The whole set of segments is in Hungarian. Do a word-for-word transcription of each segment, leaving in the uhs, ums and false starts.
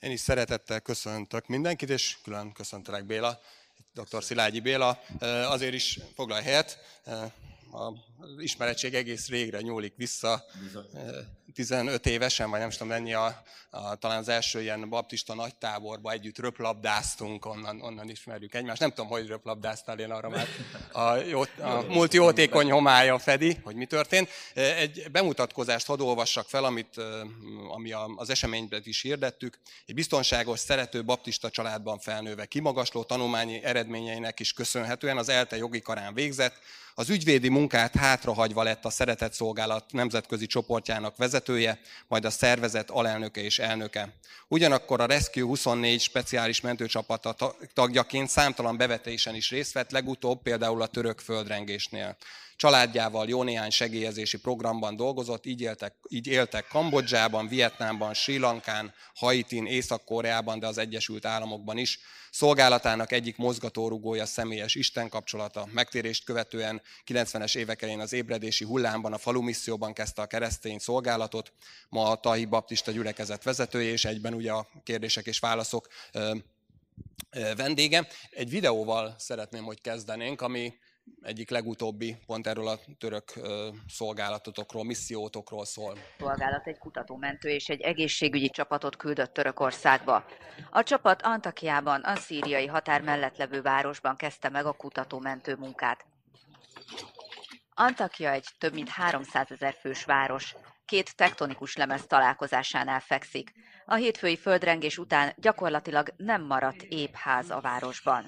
Én is szeretettel köszöntök mindenkit, és külön köszöntelek Béla, dr. Szilágyi Béla. Azért is foglalj helyet, az ismerettség egész régre nyúlik vissza, tizenöt évesen, vagy nem tudom mennyi, a, a, talán az első ilyen baptista nagytáborban együtt röplabdáztunk, onnan, onnan ismerjük egymást. Nem tudom, hogy röplabdáztál, én arra már a, jó, a múlt jótékony homályja fedi, hogy mi történt. Egy bemutatkozást hadd olvassak fel, amit, ami az eseményben is hirdettük. Egy biztonságos, szerető baptista családban felnőve kimagasló tanulmányi eredményeinek is köszönhetően az ELTE jogi karán végzett, az ügyvédi munkát hátrahagyva lett a Szeretett Szolgálat nemzetközi csoportjának vezetője, majd a szervezet alelnöke és elnöke. Ugyanakkor a Rescue huszonnégy speciális mentőcsapata tagjaként számtalan bevetésen is részt vett, legutóbb például a török földrengésnél. Családjával jó néhány segélyezési programban dolgozott, így éltek, így éltek Kambodzsában, Vietnámban, Srí Lankán, Haitin, Észak-Koreában, de az Egyesült Államokban is. Szolgálatának egyik mozgatórugója személyes istenkapcsolata. Megtérést követően kilencvenes évek elején az ébredési hullámban, a falumisszióban kezdte a keresztény szolgálatot, ma a Tahi Baptista gyülekezet vezetője, és egyben ugye a kérdések és válaszok vendége. Egy videóval szeretném, hogy kezdenénk, ami egyik legutóbbi, pont erről a török szolgálatotokról, missziótokról szól. Szolgálat egy kutatómentő és egy egészségügyi csapatot küldött Törökországba. A csapat Antakyában, a szíriai határ mellett levő városban kezdte meg a kutatómentő munkát. Antakya egy több mint háromszázezer fős város. Két tektonikus lemez találkozásánál fekszik. A hétfői földrengés után gyakorlatilag nem maradt épp ház a városban.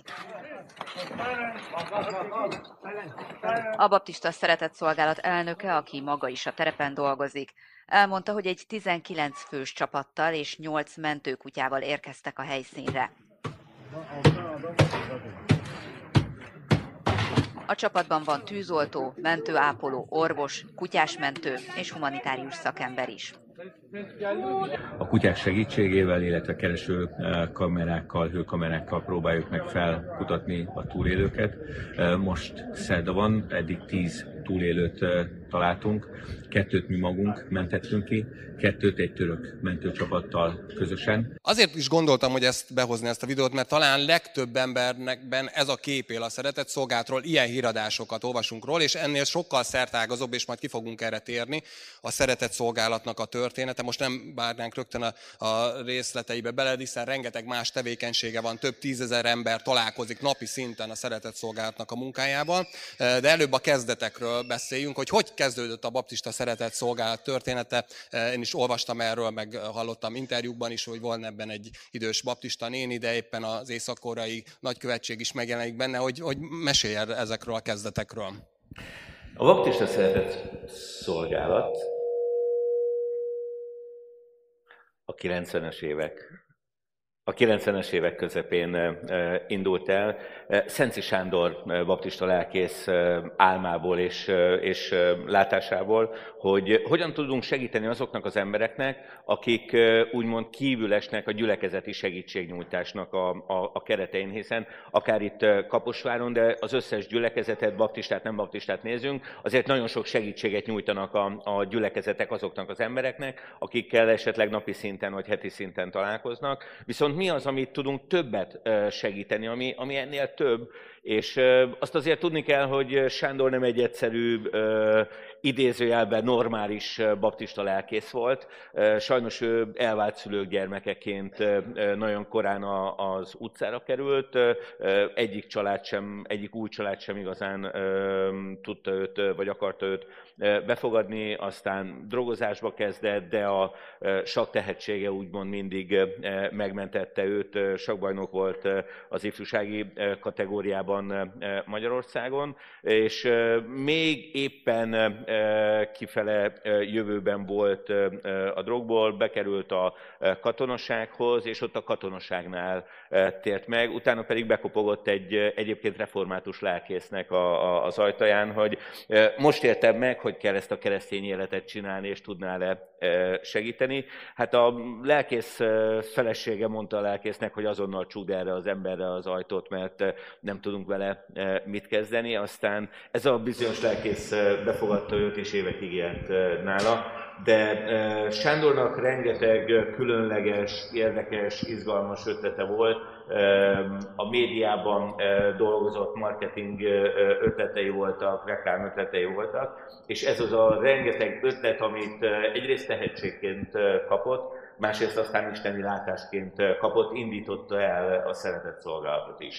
A Baptista Szeretett Szolgálat elnöke, aki maga is a terepen dolgozik, elmondta, hogy egy tizenkilenc fős csapattal és nyolc mentőkutyával érkeztek a helyszínre. A csapatban van tűzoltó, mentőápoló, orvos, kutyásmentő és humanitárius szakember is. A kutyák segítségével, illetve kereső kamerákkal, hőkamerákkal próbáljuk meg felkutatni a túlélőket. Most szerda van, eddig tíz túlélőt találtunk, kettőt mi magunk mentettünk ki, kettőt egy török mentőcsapattal közösen. Azért is gondoltam, hogy ezt behozni ezt a videót, mert talán legtöbb embernekben ez a kép él a Szeretett Szolgálatról, ilyen híradásokat olvasunk róla, és ennél sokkal szertágazóbb, és majd ki fogunk erre térni, a Szeretett Szolgálatnak a története. Most nem várnánk rögtön a, a részleteibe bele, hiszen rengeteg más tevékenysége van, több tízezer ember találkozik napi szinten a Szeretett Szolgálatnak a munkájával, de előbb a kezdetekről beszéljünk, hogy hogy kezdődött a Baptista Szeretett Szolgálat története. Én is olvastam erről, meg hallottam interjúkban is, hogy van ebben egy idős baptista néni, de éppen az észak-koreai nagykövetség is megjelenik benne, hogy, hogy mesélj ezekről a kezdetekről. A Baptista Szeretett Szolgálat a kilencvenes évek A kilencvenes évek közepén indult el. Szenci Sándor baptista lelkész álmából és, és látásából, hogy hogyan tudunk segíteni azoknak az embereknek, akik úgymond kívül esnek a gyülekezeti segítségnyújtásnak a, a, a keretein, hiszen akár itt Kaposváron, de az összes gyülekezetet, baptistát, nem baptistát nézünk, azért nagyon sok segítséget nyújtanak a, a gyülekezetek azoknak az embereknek, akikkel esetleg napi szinten vagy heti szinten találkoznak. Viszont mi az, amit tudunk többet segíteni, ami, ami ennél több, és azt azért tudni kell, hogy Sándor nem egy egyszerű, idézőjelben normális baptista lelkész volt. Sajnos ő elvált szülők gyermekeként nagyon korán az utcára került. Egyik család sem, egyik új család sem igazán tudta őt, vagy akarta őt befogadni, aztán drogozásba kezdett, de a sakk tehetsége úgymond mindig megmentette őt. Sakkbajnok volt az ifjúsági kategóriában Magyarországon, és még éppen kifele jövőben volt a drogból, bekerült a katonasághoz, és ott a katonaságnál tért meg, utána pedig bekopogott egy egyébként református lelkésznek a, a, az ajtaján, hogy most értem meg, hogy kell ezt a keresztény életet csinálni, és tudnál-e segíteni. Hát a lelkész felesége mondta a lelkésznek, hogy azonnal csukd erre az emberre az ajtót, mert nem tudunk vele mit kezdeni. Aztán ez a bizonyos lelkész befogadta őt, és évekig élt nála. de Sándornak rengeteg különleges, érdekes, izgalmas ötlete volt. A médiában dolgozott marketing ötletei voltak, reklám ötletei voltak, és ez az a rengeteg ötlet, amit egyrészt tehetségként kapott, másrészt aztán isteni látásként kapott, indította el a Szeretett Szolgálatot is.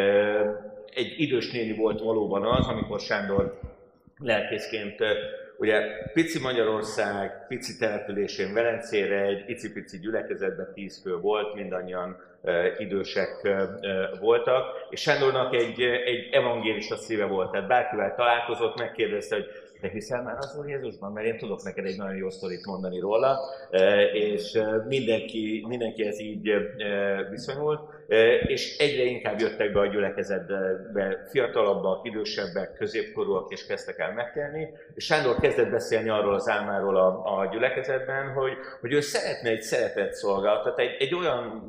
Egy idős néni volt valóban az, amikor Sándor lelkészként, ugye pici Magyarország, pici településén Velencére egy icipici gyülekezetben tíz fő volt, mindannyian idősek voltak, és Sándornak egy, egy evangélista szíve volt, tehát bárkivel találkozott, megkérdezte, hogy de hiszel már az Úr Jézusban, mert én tudok neked egy nagyon jó sztorit mondani róla, és mindenki, mindenki ez így viszonyult, és egyre inkább jöttek be a gyülekezetbe fiatalabbak, idősebbek, középkorúak, és kezdtek el megtelni, és Sándor kezdett beszélni arról az álmáról a, a gyülekezetben, hogy, hogy ő szeretne egy szeretett szolgálatot, egy, egy olyan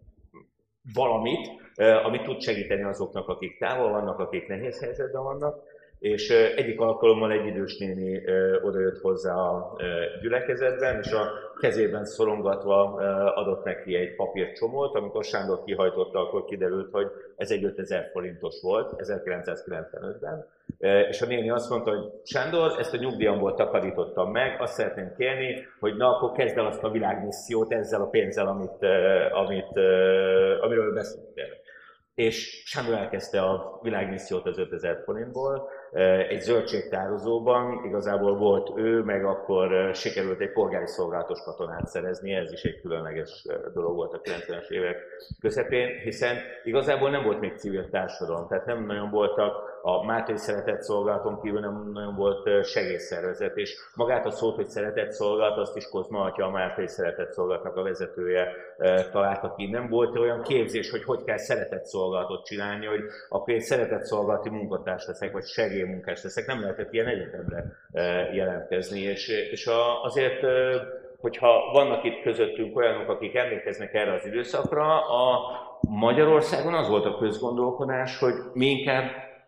valamit, amit tud segíteni azoknak, akik távol vannak, akik nehéz helyzetben vannak, és egyik alkalommal egy idős néni odajött hozzá a gyülekezetben, és a kezében szorongatva adott neki egy papírcsomót. Amikor Sándor kihajtotta, akkor kiderült, hogy ez egy ötezer forintos volt, ezerkilencszázkilencvenötben. És a néni azt mondta, hogy Sándor, ezt a nyugdíjamból takarítottam meg, azt szeretném kérni, hogy na, akkor kezd el azt a világmissziót ezzel a pénzzel, amit, amit, amiről beszéltél. És Sándor elkezdte a világmissziót az ötezer forintból, egy zöldségtározóban, igazából volt ő, meg akkor sikerült egy polgári szolgálatos katonát szerezni, ez is egy különleges dolog volt a kilencvenes évek közepén, hiszen igazából nem volt még civil társadalom, tehát nem nagyon voltak, a Máté Szeretett Szolgálaton kívül nem nagyon volt segélyszervezet, és magát a szót, hogy Szeretett Szolgálat, azt is Kozma atya, a Máté Szeretett Szolgálatnak a vezetője találta ki. Nem volt olyan képzés, hogy hogy kell szeretett szolgálatot csinálni, hogy akkor én szeretett szolgálati munkatárs leszek, vagy segélymunkás leszek, nem lehetett ilyen egyetemre jelentkezni, és, és azért, hogyha vannak itt közöttünk olyanok, akik emlékeznek erre az időszakra, a Magyarországon az volt a közgondolkodás, hogy mi inkább,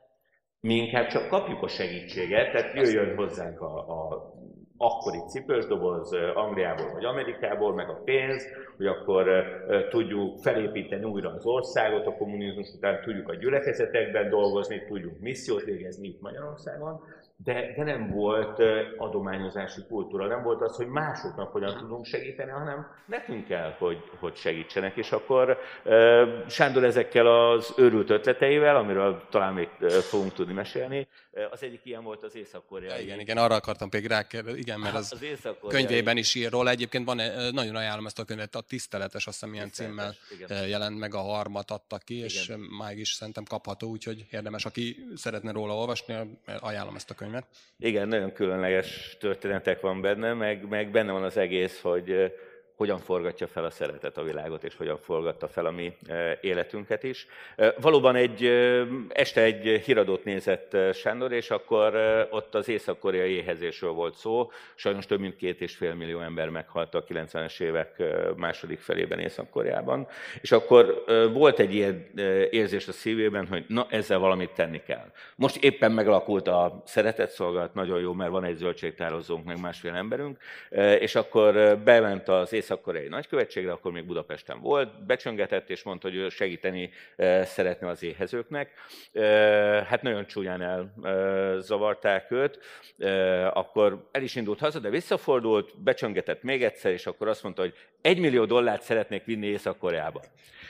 mi inkább csak kapjuk a segítséget, tehát jöjjön hozzánk a, a akkori cipősdoboz Angliából vagy Amerikából, meg a pénz, hogy akkor uh, tudjuk felépíteni újra az országot, a kommunizmus után tudjuk a gyülekezetekben dolgozni, tudjuk missziót végezni itt Magyarországon, de, de nem volt uh, adományozási kultúra, nem volt az, hogy másoknak hogyan tudunk segíteni, hanem nekünk kell, hogy, hogy segítsenek. És akkor uh, Sándor ezekkel az őrült ötleteivel, amiről talán még uh, fogunk tudni mesélni, uh, az egyik ilyen volt az észak-koreai. Igen, igen, arra akartam még rákérdezni, igen, mert az, az könyvében is ír róla. Egyébként van, nagyon ajánlom ezt a könyvet, a Tiszteletes, azt hiszem ilyen címmel igen. jelent meg, a Harmat adta ki, igen. és máig is szerintem kapható, úgyhogy érdemes, aki szeretne róla olvasni, ajánlom ezt a könyvet. Igen, nagyon különleges történetek van benne, meg, meg benne van az egész, hogy hogyan forgatja fel a szeretet a világot, és hogyan forgatta fel a mi életünket is. Valóban egy este egy híradót nézett Sándor, és akkor ott az észak-koreai éhezésről volt szó. Sajnos több mint két és fél millió ember meghalt a kilencvenes évek második felében Észak-Koreában. És akkor volt egy ilyen érzés a szívében, hogy na, ezzel valamit tenni kell. Most éppen megalakult a Szeretett Szolgálat, nagyon jó, mert van egy zöldségtározónk, meg másfél emberünk, és akkor bement az észak-koreai nagykövetségre, akkor még Budapesten volt, becsöngetett és mondta, hogy ő segíteni szeretne az éhezőknek. Hát nagyon csúnyán elzavarták őt, akkor el is indult haza, de visszafordult, becsöngetett még egyszer, és akkor azt mondta, hogy egy millió dollárt szeretnék vinni Észak-Koreába.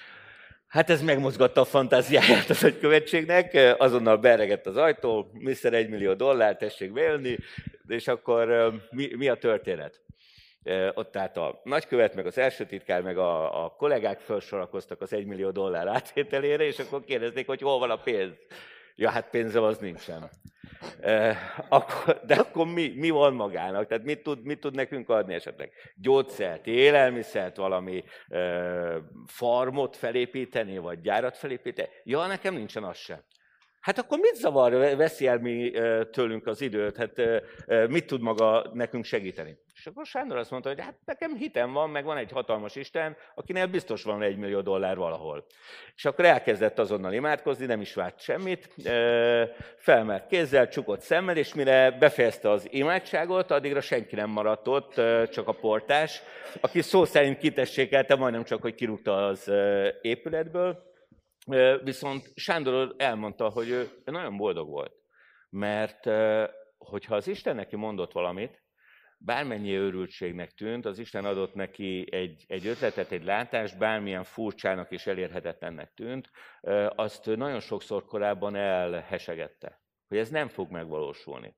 Hát ez megmozgatta a fantáziáját az nagykövetségnek, azonnal beregett az ajtó, mister egy millió dollár, tessék bejönni, és akkor mi, mi a történet? Ott állt a nagykövet, meg az első titkár, meg a, a kollégák felsorakoztak az egymillió dollár átvételére, és akkor kérdezték, hogy hol van a pénz. Ja, hát pénzem az nincsen. E, akkor, de akkor mi, mi van magának? Tehát mit tud, mit tud nekünk adni esetleg? Gyógyszert, élelmiszert, valami e, farmot felépíteni, vagy gyárat felépíteni? Ja, nekem nincsen az sem. Hát akkor mit zavar, veszi el mi tőlünk az időt, hát mit tud maga nekünk segíteni? És akkor Sándor azt mondta, hogy hát nekem hitem van, meg van egy hatalmas Isten, akinél biztos van egy millió dollár valahol. És akkor elkezdett azonnal imádkozni, nem is várt semmit, felmert kézzel, csukott szemmel, és mire befejezte az imádságot, addigra senki nem maradt ott, csak a portás, aki szó szerint kitessékelte, majdnem csak, hogy kirúgta az épületből. Viszont Sándor elmondta, hogy ő nagyon boldog volt, mert hogyha az Isten neki mondott valamit, bármennyi őrültségnek tűnt, az Isten adott neki egy, egy ötletet, egy látást, bármilyen furcsának és elérhetetlennek tűnt, azt nagyon sokszor korábban elhesegette, hogy ez nem fog megvalósulni.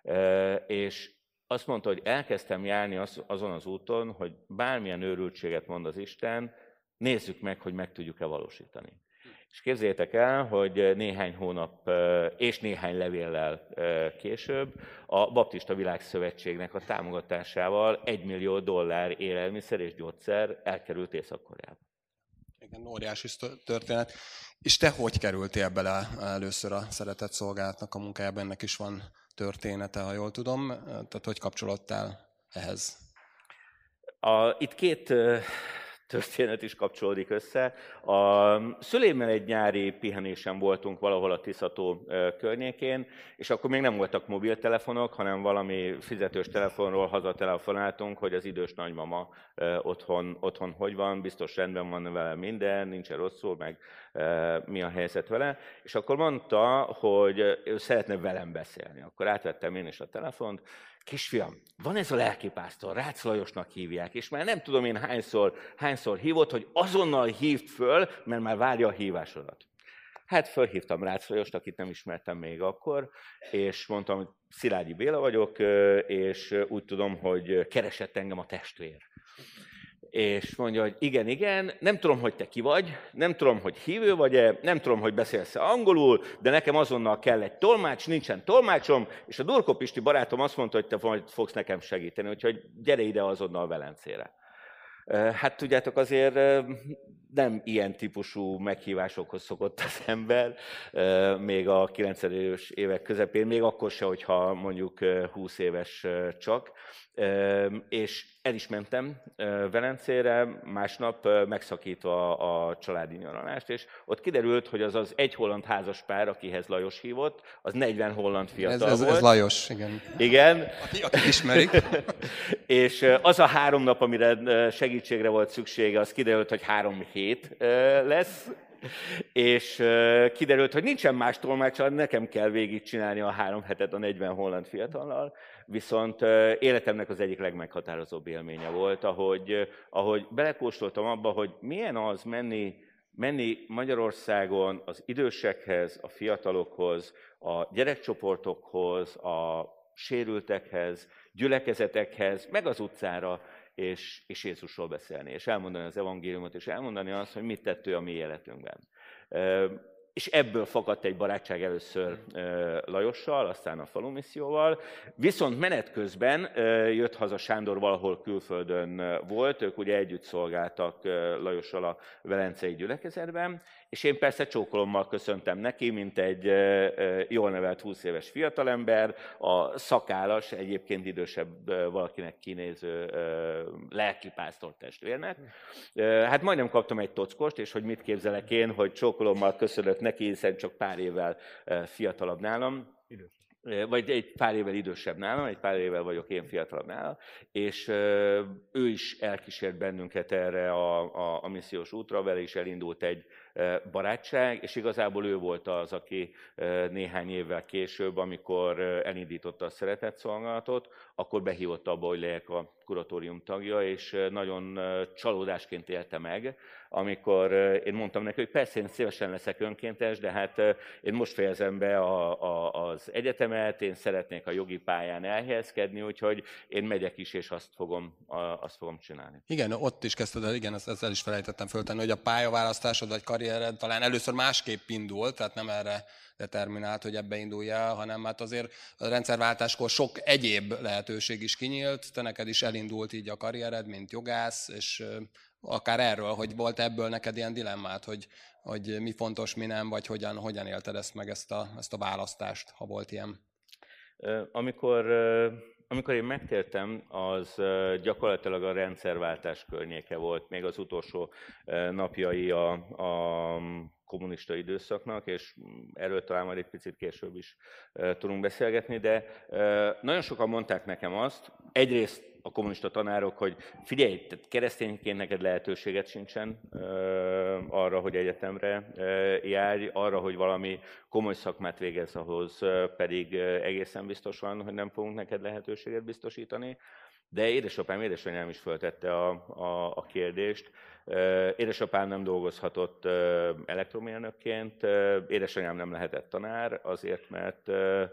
És azt mondta, hogy elkezdtem járni azon az úton, hogy bármilyen őrültséget mond az Isten, nézzük meg, hogy meg tudjuk-e valósítani. És képzeljétek el, hogy néhány hónap és néhány levéllel később a Baptista Világszövetségnek a támogatásával egy millió dollár élelmiszer és gyógyszer elkerült Észak-Koreába. Igen, óriási történet. És te hogy kerültél bele először a Szeretett Szolgálatnak a munkájába? Ennek is van története, ha jól tudom. Tehát hogy kapcsolódtál ehhez? A, itt két történet is kapcsolódik össze. A szüleimmel egy nyári pihenésen voltunk valahol a Tiszató környékén, és akkor még nem voltak mobiltelefonok, hanem valami fizetős telefonról hazatelefonáltunk, hogy az idős nagymama otthon, otthon hogy van, biztos rendben van vele minden, nincsen rosszul, meg mi a helyzet vele. És akkor mondta, hogy ő szeretne velem beszélni. Akkor átvettem én is a telefont. Kisfiam, van ez a lelkipásztor, Rácz Lajosnak hívják, és már nem tudom én hányszor, hányszor hívott, hogy azonnal hívd föl, mert már várja a hívásodat. Hát fölhívtam Rácz Lajost, akit nem ismertem még akkor, és mondtam, hogy Szilágyi Béla vagyok, és úgy tudom, hogy keresett engem a testvér. És mondja, hogy igen, igen, nem tudom, hogy te ki vagy, nem tudom, hogy hívő vagy-e, nem tudom, hogy beszélsz-e angolul, de nekem azonnal kell egy tolmács, nincsen tolmácsom, és a Durko Pisti barátom azt mondta, hogy te majd fogsz nekem segíteni, úgyhogy gyere ide azonnal Velencére. Hát tudjátok, azért nem ilyen típusú meghívásokhoz szokott az ember, még a kilencvenes évek közepén, még akkor se, hogyha mondjuk húsz éves csak. És el is mentem Velencére, másnap megszakítva a családi nyaralást, és ott kiderült, hogy az az egy holland házaspár, akihez Lajos hívott, az negyven holland fiatal ez, ez, volt. Ez Lajos, igen. Igen. Aki, akik ismerik. És az a három nap, amire segítségre volt szüksége, az kiderült, hogy három hét lesz. És kiderült, hogy nincsen más tolmáccsal, nekem kell végigcsinálni a három hetet a negyven holland fiatallal, viszont életemnek az egyik legmeghatározóbb élménye volt, ahogy, ahogy belekóstoltam abba, hogy milyen az menni, menni Magyarországon az idősekhez, a fiatalokhoz, a gyerekcsoportokhoz, a sérültekhez, gyülekezetekhez, meg az utcára, és, és Jézusról beszélni, és elmondani az evangéliumot, és elmondani azt, hogy mit tett ő a mi életünkben. És ebből fakadt egy barátság először Lajossal, aztán a falumisszióval. Viszont menet közben jött haza Sándor, valahol külföldön volt, ők ugye együtt szolgáltak Lajossal a velencei gyülekezetben, és én persze csókolommal köszöntem neki, mint egy jól nevelt húsz éves fiatalember, a szakállas, egyébként idősebb valakinek kinéző lelkipásztor testvérnek. Hát majdnem kaptam egy tockost, és hogy mit képzelek én, hogy csókolommal köszönök neki, hiszen csak pár évvel fiatalabb nálam. Vagy egy pár évvel idősebb nálam, egy pár évvel vagyok én fiatalabb nálam, és ő is elkísért bennünket erre a, a, a missziós útra, vele is elindult egy barátság, és igazából ő volt az, aki néhány évvel később, amikor elindította a Szeretett Szolgálatot, akkor behívott abba, hogy legyek a kuratórium tagja, és nagyon csalódásként élte meg, amikor én mondtam neki, hogy persze én szívesen leszek önkéntes, de hát én most fejezem be a, a, az egyetemet, én szeretnék a jogi pályán elhelyezkedni, úgyhogy én megyek is, és azt fogom, azt fogom csinálni. Igen, ott is kezdted, igen, ezt, ezzel is felejtettem föltenni, hogy a pályaválasztásod vagy karriered talán először másképp indult, tehát nem erre determinált, hogy ebbe induljál, hanem hát azért a rendszerváltáskor sok egyéb lehetőség is kinyílt, te neked is elindult így a karriered, mint jogász, és akár erről, hogy volt ebből neked ilyen dilemmát, hogy, hogy mi fontos, mi nem, vagy hogyan, hogyan élted ezt meg, ezt a, ezt a választást, ha volt ilyen? Amikor, amikor én megtértem, az gyakorlatilag a rendszerváltás környéke volt, még az utolsó napjai a, a kommunista időszaknak, és erről talán majd egy picit később is tudunk beszélgetni, de nagyon sokan mondták nekem azt, egyrészt a kommunista tanárok, hogy figyelj, tehát keresztényként neked lehetőséget sincsen arra, hogy egyetemre járj, arra, hogy valami komoly szakmát végezz, ahhoz pedig egészen biztos van, hogy nem fogunk neked lehetőséget biztosítani. De édesapám, édesanyám is föltette a, a, a kérdést. Édesapám nem dolgozhatott elektromérnökként, édesanyám nem lehetett tanár, azért, mert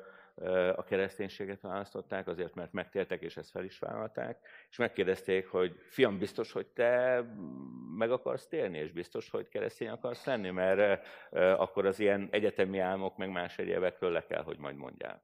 a kereszténységet választották, azért, mert megtértek, és ezt fel is vállalták, és megkérdezték, hogy fiam, biztos, hogy te meg akarsz térni, és biztos, hogy keresztény akarsz lenni, mert akkor az ilyen egyetemi álmok, meg más egyébekről le kell, hogy majd mondjál.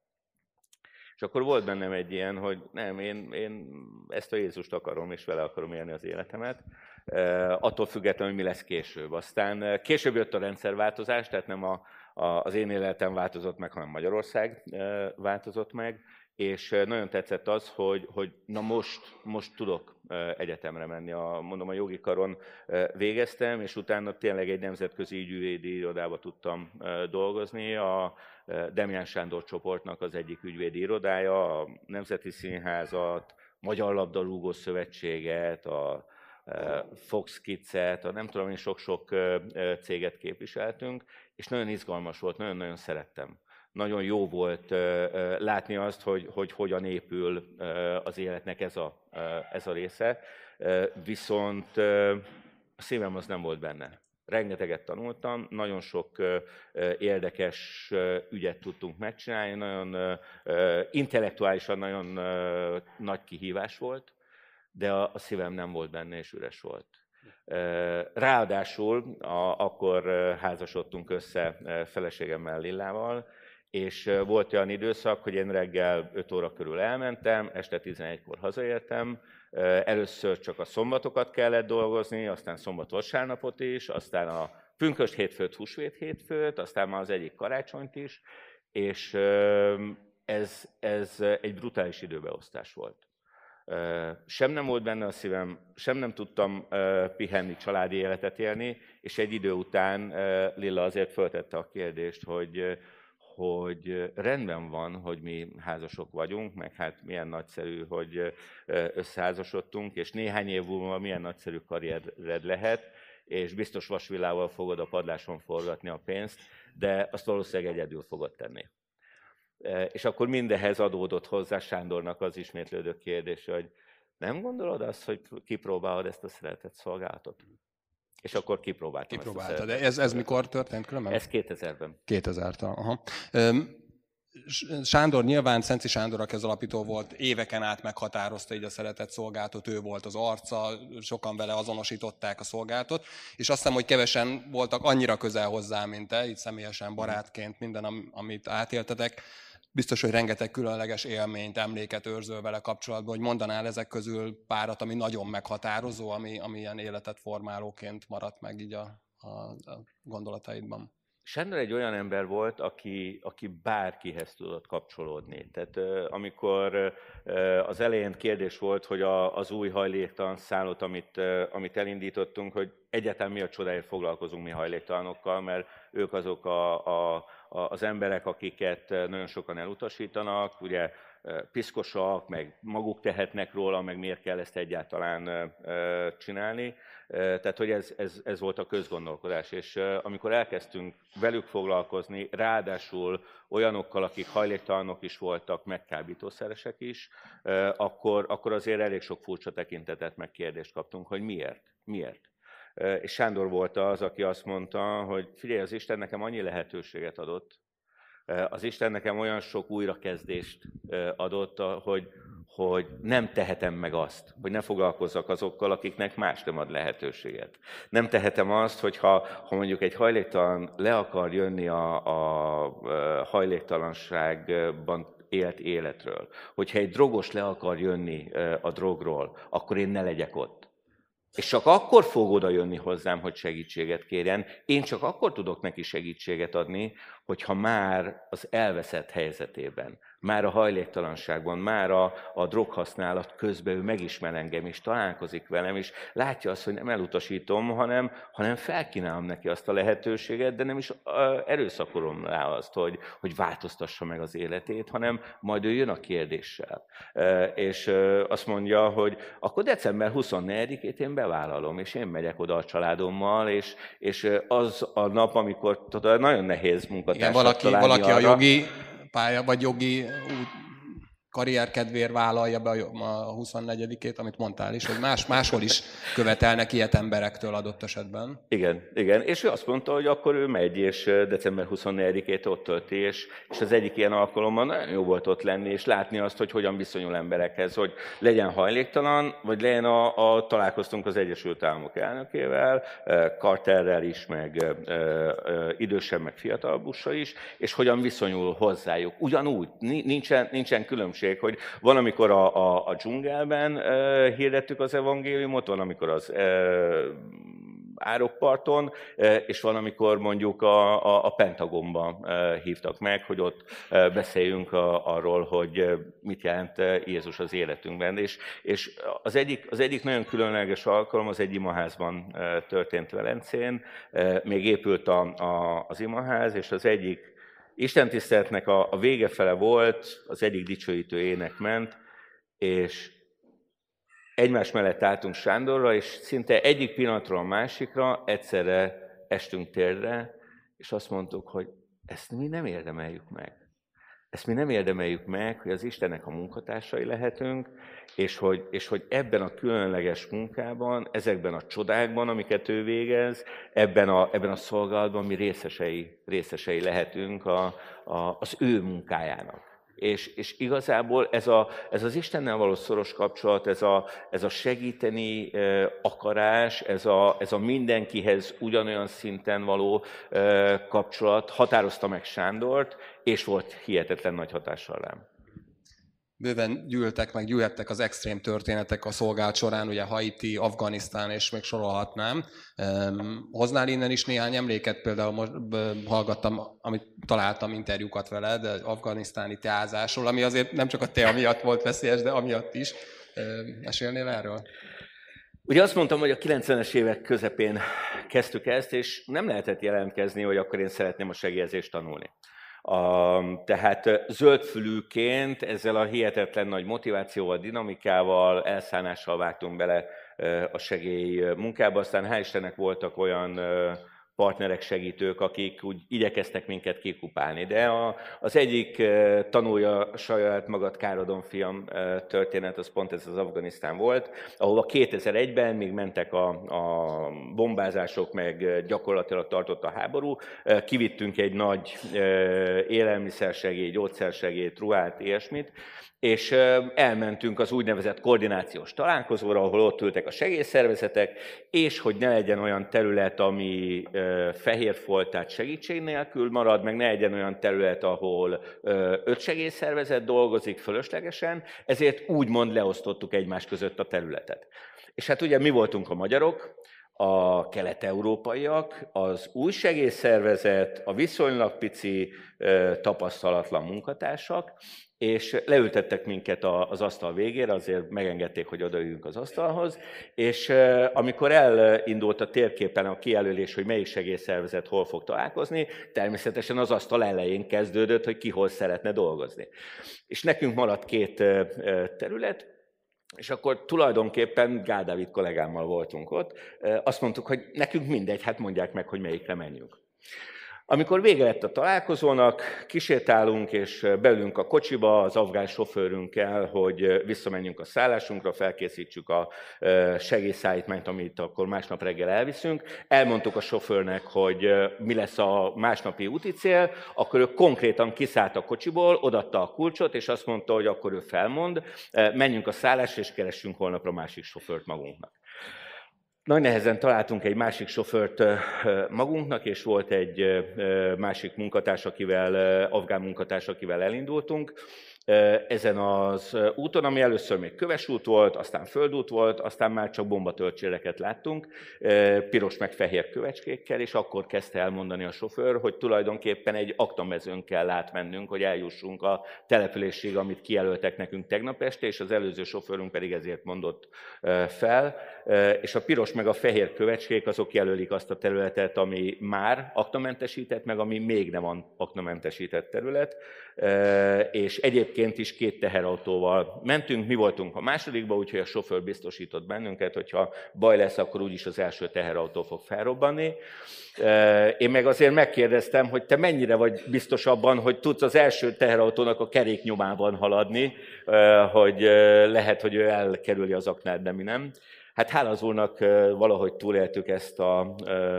És akkor volt bennem egy ilyen, hogy nem, én, én ezt a Jézust akarom, és vele akarom élni az életemet, attól függetlenül, hogy mi lesz később. Aztán később jött a rendszerváltozás, tehát nem a, a, az én életem változott meg, hanem Magyarország változott meg, és nagyon tetszett az, hogy, hogy na most, most tudok egyetemre menni. A, mondom, a jogi karon végeztem, és utána tényleg egy nemzetközi ügyvédi irodába tudtam dolgozni. A Demján Sándor csoportnak az egyik ügyvédi irodája, a Nemzeti Színházat, Magyar Labdarúgó Szövetséget, a Fox Kids-et, a nem tudom én sok-sok céget képviseltünk, és nagyon izgalmas volt, nagyon-nagyon szerettem. Nagyon jó volt látni azt, hogy, hogy hogyan épül az életnek ez a, ez a része, viszont a szívem az nem volt benne. Rengeteget tanultam, nagyon sok érdekes ügyet tudtunk megcsinálni, nagyon intellektuálisan nagyon nagy kihívás volt, de a, a szívem nem volt benne, és üres volt. Ráadásul a, akkor házasodtunk össze feleségemmel, Lillával, és volt olyan időszak, hogy én reggel öt óra körül elmentem, este tizenegykor hazaértem, először csak a szombatokat kellett dolgozni, aztán szombat-vasárnapot is, aztán a pünkösd hétfőt, húsvét hétfőt, aztán már az egyik karácsonyt is, és ez, ez egy brutális időbeosztás volt. Sem nem volt benne a szívem, sem nem tudtam pihenni, családi életet élni, és egy idő után Lilla azért föltette a kérdést, hogy, hogy rendben van, hogy mi házasok vagyunk, meg hát milyen nagyszerű, hogy összeházasodtunk, és néhány év múlva milyen nagyszerű karriered lehet, és biztos vasvillával fogod a padláson forgatni a pénzt, de azt valószínűleg egyedül fogod tenni. És akkor mindehhez adódott hozzá Sándornak az ismétlődő kérdése, hogy nem gondolod azt, hogy kipróbálod ezt a szeretett szolgálatot? És akkor kipróbáltam ezt a szeretett de ez, ez mikor történt különben? Ez kétezerben. kétezerben, aha. Sándor nyilván, Szenci Sándor, aki az alapító volt, éveken át meghatározta így a szeretett szolgálatot, ő volt az arca, sokan vele azonosították a szolgálatot, és azt hiszem, hogy kevesen voltak annyira közel hozzá, mint te, így személyesen, barátként, minden, amit átéltetek. Biztos, hogy rengeteg különleges élményt, emléket őrzöl vele kapcsolatban, hogy mondanál ezek közül párat, ami nagyon meghatározó, ami, ami ilyen életet formálóként maradt meg így a, a, a gondolataidban. Sándor egy olyan ember volt, aki, aki bárkihez tudott kapcsolódni. Tehát amikor az elején kérdés volt, hogy a, az új hajléktalan szállót, amit, amit elindítottunk, hogy egyáltalán mi a csodáért foglalkozunk mi hajléktalanokkal, mert ők azok a, a, az emberek, akiket nagyon sokan elutasítanak, ugye piszkosak, meg maguk tehetnek róla, meg miért kell ezt egyáltalán csinálni. Tehát, hogy ez, ez, ez volt a közgondolkodás, és amikor elkezdtünk velük foglalkozni, ráadásul olyanokkal, akik hajléktalanok is voltak, meg kábítószeresek is, akkor, akkor azért elég sok furcsa tekintetet, meg kérdést kaptunk, hogy miért? Miért? És Sándor volt az, aki azt mondta, hogy figyelj, az Isten nekem annyi lehetőséget adott, az Isten nekem olyan sok újrakezdést adott, hogy, hogy nem tehetem meg azt, hogy ne foglalkozzak azokkal, akiknek más nem ad lehetőséget. Nem tehetem azt, hogyha ha mondjuk egy hajléktalan le akar jönni a, a hajléktalanságban élt életről, hogyha egy drogos le akar jönni a drogról, akkor én ne legyek ott. És csak akkor fog oda jönni hozzám, hogy segítséget kérjen. Én csak akkor tudok neki segítséget adni, hogyha már az elveszett helyzetében, már a hajléktalanságban, már a, a droghasználat közben ő megismer engem, és találkozik velem, és látja azt, hogy nem elutasítom, hanem, hanem felkínálom neki azt a lehetőséget, de nem is erőszakolom rá azt, hogy, hogy változtassa meg az életét, hanem majd ő jön a kérdéssel. És azt mondja, hogy akkor december huszonnegyedikét én bevállalom, és én megyek oda a családommal, és, és az a nap, amikor nagyon nehéz munkatársat igen, valaki, találni valaki arra, a jogi pálya, vagy jogi út, karrierkedvéért vállalja be a huszonnegyedikét, amit mondtál is, hogy más, máshol is követelnek ilyet emberektől adott esetben. Igen, igen, és ő azt mondta, hogy akkor ő megy, és december huszonnegyedikét ott tölti, és, és az egyik ilyen alkalommal nagyon jó volt ott lenni, és látni azt, hogy hogyan viszonyul emberekhez, hogy legyen hajléktalan, vagy legyen a, a találkoztunk az Egyesült Államok elnökével, Carterrel is, meg e, e, idősebb, meg fiatalabb bussal is, és hogyan viszonyul hozzájuk. Ugyanúgy, nincsen, nincsen különbség, hogy van, amikor a, a, a dzsungelben e, hirdettük az evangéliumot, van, amikor az e, árokparton, e, és van, amikor mondjuk a, a, a Pentagonban e, hívtak meg, hogy ott e, beszéljünk a, arról, hogy mit jelent Jézus az életünkben. És, és az, egyik, az egyik nagyon különleges alkalom az egy imaházban e, történt Velencén, e, még épült a, a, az imaház, és az egyik istentiszteletnek a, a vége fele volt, az egyik dicsőítő ének ment, és egymás mellett álltunk Sándorra, és szinte egyik pillanatról a másikra egyszerre estünk térdre, és azt mondtuk, hogy ezt mi nem érdemeljük meg. Ezt mi nem érdemeljük meg, hogy az Istennek a munkatársai lehetünk, és hogy, és hogy ebben a különleges munkában, ezekben a csodákban, amiket ő végez, ebben a, ebben a szolgálatban mi részesei, részesei lehetünk a, a, az ő munkájának. És, és igazából ez, a, ez az Istennel való szoros kapcsolat, ez a, ez a segíteni e, akarás, ez a, ez a mindenkihez ugyanolyan szinten való e, kapcsolat határozta meg Sándort, és volt hihetetlen nagy hatással rám. Bőven gyűltek, meg gyűlhettek az extrém történetek a szolgálat során, ugye Haiti, Afganisztán, és még sorolhatnám. Hoznál innen is néhány emléket, például most hallgattam, amit találtam interjúkat veled, afganisztáni teázásról, ami azért nem csak a tea miatt volt veszélyes, de amiatt is. Mesélnél erről? Ugye azt mondtam, hogy a kilencvenes évek közepén kezdtük ezt, és nem lehetett jelentkezni, hogy akkor én szeretném a segélyezést tanulni. A, tehát zöldfülűként ezzel a hihetetlen nagy motivációval, dinamikával, elszánással vágtunk bele a segély munkába. Aztán hál' Istennek voltak olyan partnerek, segítők, akik úgy igyekeztek minket kikupálni. De a, az egyik tanulja saját magad károdon, fiam történet, az pont ez az Afganisztán volt, ahol a kétezer-egyben még mentek a, a bombázások, meg gyakorlatilag tartott a háború. Kivittünk egy nagy élelmiszersegély, gyógyszersegélyt, ruhát, ilyesmit, és elmentünk az úgynevezett koordinációs találkozóra, ahol ott ültek a segélyszervezetek, és hogy ne legyen olyan terület, ami fehérfolt, tehát segítség nélkül marad, meg ne legyen olyan terület, ahol öt segélyszervezet dolgozik fölöslegesen, ezért úgymond leosztottuk egymás között a területet. És hát ugye mi voltunk a magyarok, a kelet-európaiak, az új segélyszervezet, a viszonylag pici, tapasztalatlan munkatársak, és leültettek minket az asztal végére, azért megengedték, hogy odaüljünk az asztalhoz, és amikor elindult a térképen a kijelölés, hogy melyik segélyszervezet hol fog találkozni, természetesen az asztal elején kezdődött, hogy ki hol szeretne dolgozni. És nekünk maradt két terület, és akkor tulajdonképpen Gál Dávid kollégámmal voltunk ott, azt mondtuk, hogy nekünk mindegy, hát mondják meg, hogy melyikre menjünk. Amikor vége lett a találkozónak, kisétálunk és beülünk a kocsiba az afgán sofőrünkkel, hogy visszamenjünk a szállásunkra, felkészítsük a segélyszállítmányt, amit akkor másnap reggel elviszünk. Elmondtuk a sofőrnek, hogy mi lesz a másnapi úti cél, akkor ő konkrétan kiszállt a kocsiból, odaadta a kulcsot, és azt mondta, hogy akkor ő felmond, menjünk a szállásra, és keressünk holnapra másik sofőrt magunknak. Nagy nehezen találtunk egy másik sofőrt magunknak, és volt egy másik munkatárs, akivel, afgán munkatárs, akivel elindultunk. ezen az úton, ami először még köves út volt, aztán földút volt, aztán már csak bombatölcséreket láttunk, piros meg fehér kövecskékkel, és akkor kezdte elmondani a sofőr, hogy tulajdonképpen egy aknamezőn kell átmennünk, hogy eljussunk a településig, amit kijelöltek nekünk tegnap este, és az előző sofőrünk pedig ezért mondott fel, és a piros meg a fehér kövecskék azok jelölik azt a területet, ami már aknamentesített, meg ami még nem van aknamentesített terület, és egyébként is két teherautóval mentünk, mi voltunk a másodikba, úgyhogy a sofőr biztosított bennünket, hogyha baj lesz, akkor úgyis az első teherautó fog felrobbanni. Én meg azért megkérdeztem, hogy te mennyire vagy biztos abban, hogy tudsz az első teherautónak a keréknyomában haladni, hogy lehet, hogy ő elkerüli az aknát, de mi nem. Hát hála az Úrnak valahogy túléltük ezt a,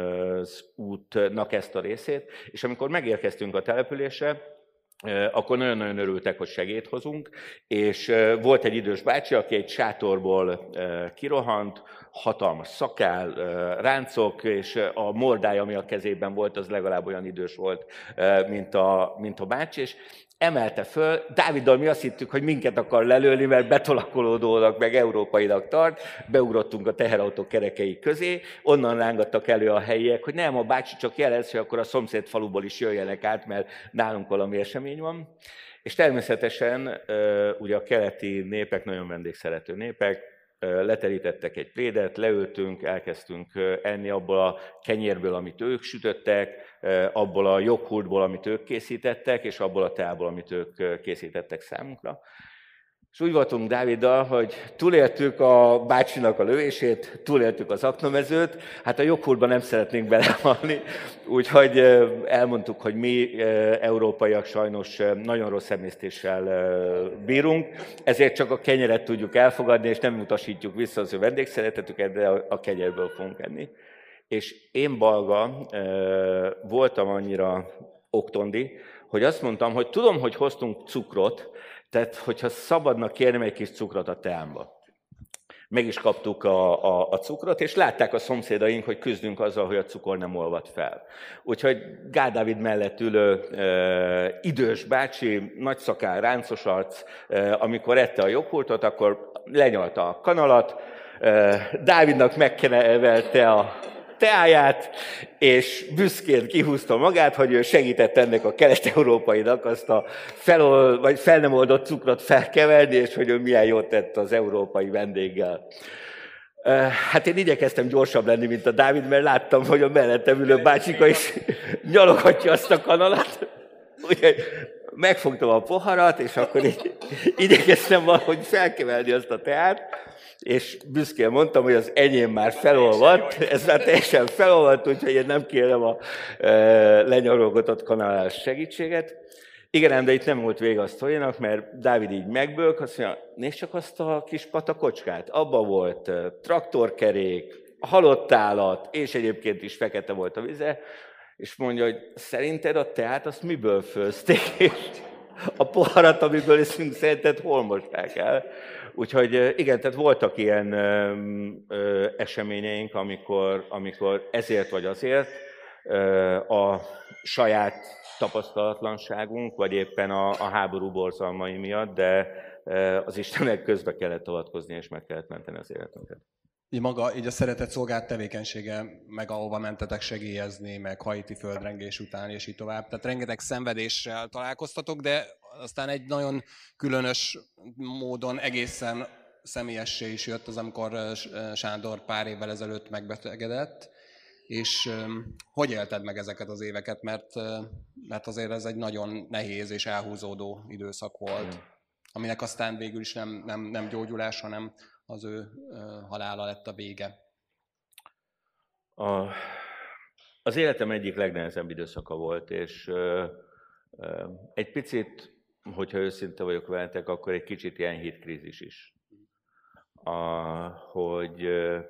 az útnak ezt a részét, és amikor megérkeztünk a településre, akkor nagyon-nagyon örültek, hogy segélyt hozunk, és volt egy idős bácsi, aki egy sátorból kirohant, hatalmas szakál, ráncok, és a mordája, ami a kezében volt, az legalább olyan idős volt, mint a, mint a bácsi, és emelte föl. Dáviddal mi azt hittük, hogy minket akar lelőni, mert betolakolódónak, meg európainak tart. Beugrottunk a teherautó kerekei közé, onnan rángattak elő a helyiek, hogy nem, a bácsi csak jelez, hogy akkor a szomszéd faluból is jöjjenek át, mert nálunk valami esemény van. És természetesen ugye a keleti népek nagyon vendégszerető népek, leterítettek egy plédet, leültünk, elkezdtünk enni abból a kenyérből, amit ők sütöttek, abból a joghurtból, amit ők készítettek, és abból a teából, amit ők készítettek számunkra. És úgy voltunk Dáviddal, hogy túléltük a bácsinak a lövését, túléltük az aknamezőt, hát a joghurtban nem szeretnénk belehalni, úgyhogy elmondtuk, hogy mi európaiak sajnos nagyon rossz emésztéssel bírunk, ezért csak a kenyeret tudjuk elfogadni, és nem utasítjuk vissza az ő vendégszeretetüket, de a kenyerből fogunk enni. És én balga voltam annyira oktondi, hogy azt mondtam, hogy tudom, hogy hoztunk cukrot, tehát, hogyha szabadna kérnem egy kis cukrot a teámba. Meg is kaptuk a, a, a cukrot, és látták a szomszédaink, hogy küzdünk azzal, hogy a cukor nem olvad fel. Úgyhogy Gál Dávid mellett ülő e, idős bácsi, nagy szakál, ráncos arc, e, amikor ette a joghurtot, akkor lenyalta a kanalat, e, Dávidnak megkenevelte a teáját, és büszkén kihúzta magát, hogy ő segített ennek a kelet-európainak azt a fel, vagy fel nem oldott cukrot felkeverni, és hogy ő milyen jót tett az európai vendéggel. Hát én igyekeztem gyorsabb lenni, mint a Dávid, mert láttam, hogy a mellettem ülő bácsika is nyalogatja azt a kanalat. Úgyhogy megfogtam a poharat, és akkor így igyekeztem valahogy felkeverni azt a teát, és büszkén mondtam, hogy az enyém már felolvadt, ez már teljesen felolvadt, úgyhogy én nem kérem a e, lenyalogatott kanalás segítséget. Igen, de itt nem volt vége a sztorinak, mert Dávid így megbők, azt mondja, nézd csak azt a kis patakocskát, abba volt traktorkerék, halott állat, és egyébként is fekete volt a vize, és mondja, hogy szerinted a teát azt miből főzték, és a poharat, amiből iszünk, szerinted hol mosták el? Úgyhogy igen, tehát voltak ilyen ö, ö, eseményeink, amikor, amikor ezért vagy azért ö, a saját tapasztalatlanságunk, vagy éppen a, a háború borzalmai miatt, de ö, az Istennek közbe kellett avatkozni, és meg kellett menteni az életünket. Így maga, így a szeretett szolgált tevékenysége, meg ahova mentetek segélyezni, meg haiti földrengés után, és így tovább. Tehát rengeteg szenvedéssel találkoztatok, de aztán egy nagyon különös módon egészen személyessé is jött az, amikor Sándor pár évvel ezelőtt megbetegedett. És hogy élted meg ezeket az éveket? Mert, mert azért ez egy nagyon nehéz és elhúzódó időszak volt, aminek aztán végül is nem, nem, nem gyógyulás, hanem az ő halála lett a vége. A, az életem egyik legnehezebb időszaka volt, és ö, ö, egy picit, hogyha őszinte vagyok veletek, akkor egy kicsit ilyen hitkrízis is. A, hogy ö,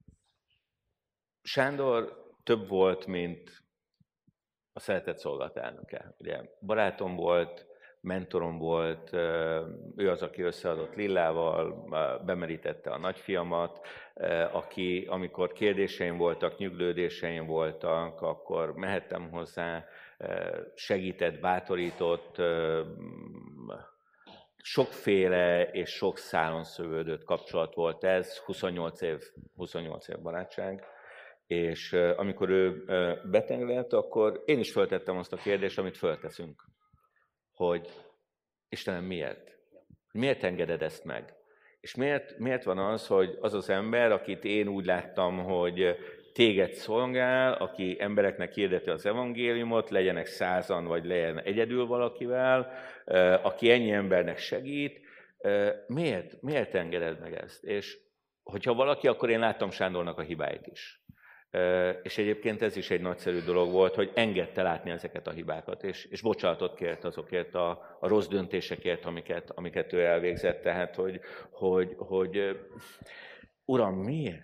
Sándor több volt, mint a szeretett szolgálat elnöke. Ugye barátom volt, mentorom volt, ő az, aki összeadott Lillával, bemerítette a nagyfiamat, aki, amikor kérdéseim voltak, nyüglődéseim voltak, akkor mehettem hozzá, segített, bátorított, sokféle és sok szálon szövődött kapcsolat volt ez, huszonnyolc év, huszonnyolc év barátság, és amikor ő beteg lett, akkor én is föltettem azt a kérdést, amit fölteszünk, hogy Istenem, miért? Miért engeded ezt meg? És miért, miért van az, hogy az az ember, akit én úgy láttam, hogy téged szolgál, aki embereknek hirdeti az evangéliumot, legyenek százan, vagy legyen egyedül valakivel, aki ennyi embernek segít, miért, miért engeded meg ezt? És hogyha valaki, akkor én láttam Sándornak a hibáit is. És egyébként ez is egy nagyszerű dolog volt, hogy engedte látni ezeket a hibákat, és, és bocsánatot kért azokért a, a rossz döntésekért, amiket, amiket ő elvégzett. Tehát, hogy, hogy, hogy Uram, miért?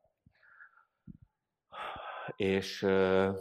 És uh,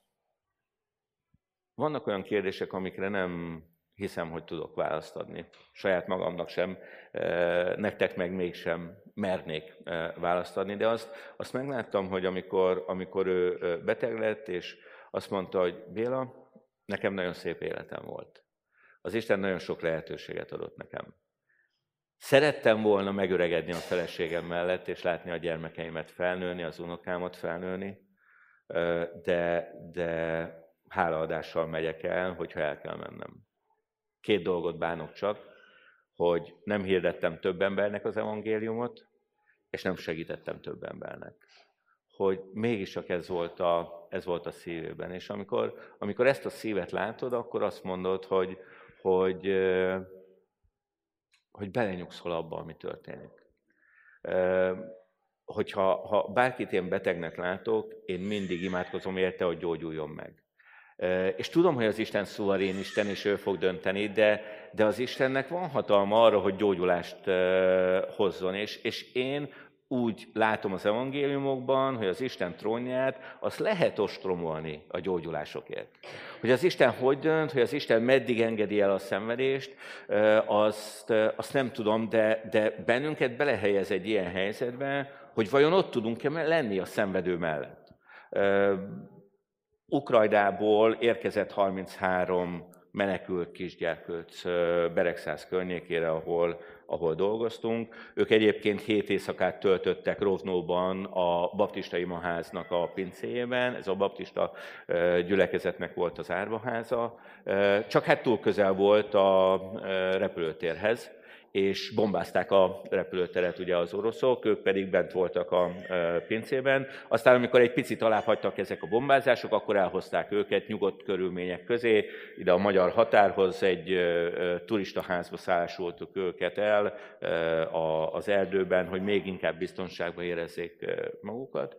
vannak olyan kérdések, amikre nem hiszem, hogy tudok választ adni. Saját magamnak sem, uh, nektek meg mégsem mernék uh, választ adni, de azt, azt megláttam, hogy amikor, amikor ő uh, beteg lett, és azt mondta, hogy Béla, nekem nagyon szép életem volt. Az Isten nagyon sok lehetőséget adott nekem. Szerettem volna megöregedni a feleségem mellett, és látni a gyermekeimet felnőni, az unokámat felnőni, de, de hálaadással megyek el, hogyha el kell mennem. Két dolgot bánok csak, hogy nem hirdettem több embernek az evangéliumot, és nem segítettem több embernek. Hogy mégiscsak ez volt a, ez volt a szívében. És amikor, amikor ezt a szívet látod, akkor azt mondod, hogy, hogy, hogy belenyugszol abba, ami történik. Hogyha ha bárkit én betegnek látok, én mindig imádkozom érte, hogy gyógyuljon meg. És tudom, hogy az Isten szuverén Isten, és ő fog dönteni, de, de az Istennek van hatalma arra, hogy gyógyulást hozzon. És, és én úgy látom az evangéliumokban, hogy az Isten trónját, azt lehet ostromolni a gyógyulásokért. Hogy az Isten hogy dönt, hogy az Isten meddig engedi el a szenvedést, azt, azt nem tudom, de, de bennünket belehelyez egy ilyen helyzetbe, hogy vajon ott tudunk-e lenni a szenvedő mellett. Ukrajnából érkezett harminchárom menekült kisgyerkőc Beregszász környékére, ahol, ahol dolgoztunk. Ők egyébként hét éjszakát töltöttek Rovnóban a baptista imaháznak a pincéjében. Ez a baptista gyülekezetnek volt az árvaháza. Csak hát túl közel volt a repülőtérhez, és bombázták a repülőteret ugye az oroszok, ők pedig bent voltak a pincében. Aztán, amikor egy picit alább hagytak ezek a bombázások, akkor elhozták őket nyugodt körülmények közé, ide a magyar határhoz, egy turistaházba szállásoltuk őket el az erdőben, hogy még inkább biztonságban érezzék magukat.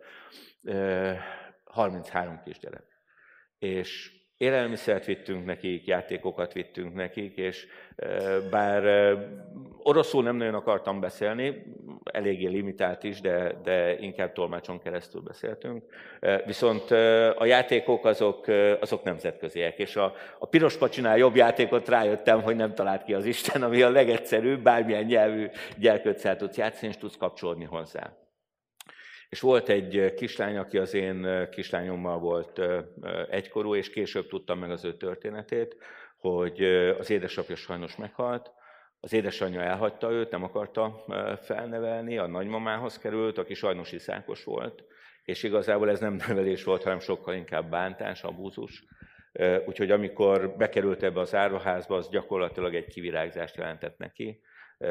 harminchárom kisgyerek. És élelmiszert vittünk nekik, játékokat vittünk nekik, és bár oroszul nem nagyon akartam beszélni, eléggé limitált is, de, de inkább tolmácson keresztül beszéltünk. Viszont a játékok azok, azok nemzetköziek, és a, a piros pacsinál jobb játékot rájöttem, hogy nem talált ki az Isten, ami a legegyszerűbb, bármilyen nyelvű gyerkőccel tudsz játszani, és tudsz kapcsolódni hozzá. És volt egy kislány, aki az én kislányommal volt egykorú, és később tudtam meg az ő történetét, hogy az édesapja sajnos meghalt, az édesanyja elhagyta őt, nem akarta felnevelni, a nagymamához került, aki sajnos iszákos volt, és igazából ez nem nevelés volt, hanem sokkal inkább bántás, abúzus. Úgyhogy amikor bekerült ebbe az árvaházba, az gyakorlatilag egy kivirágzást jelentett neki.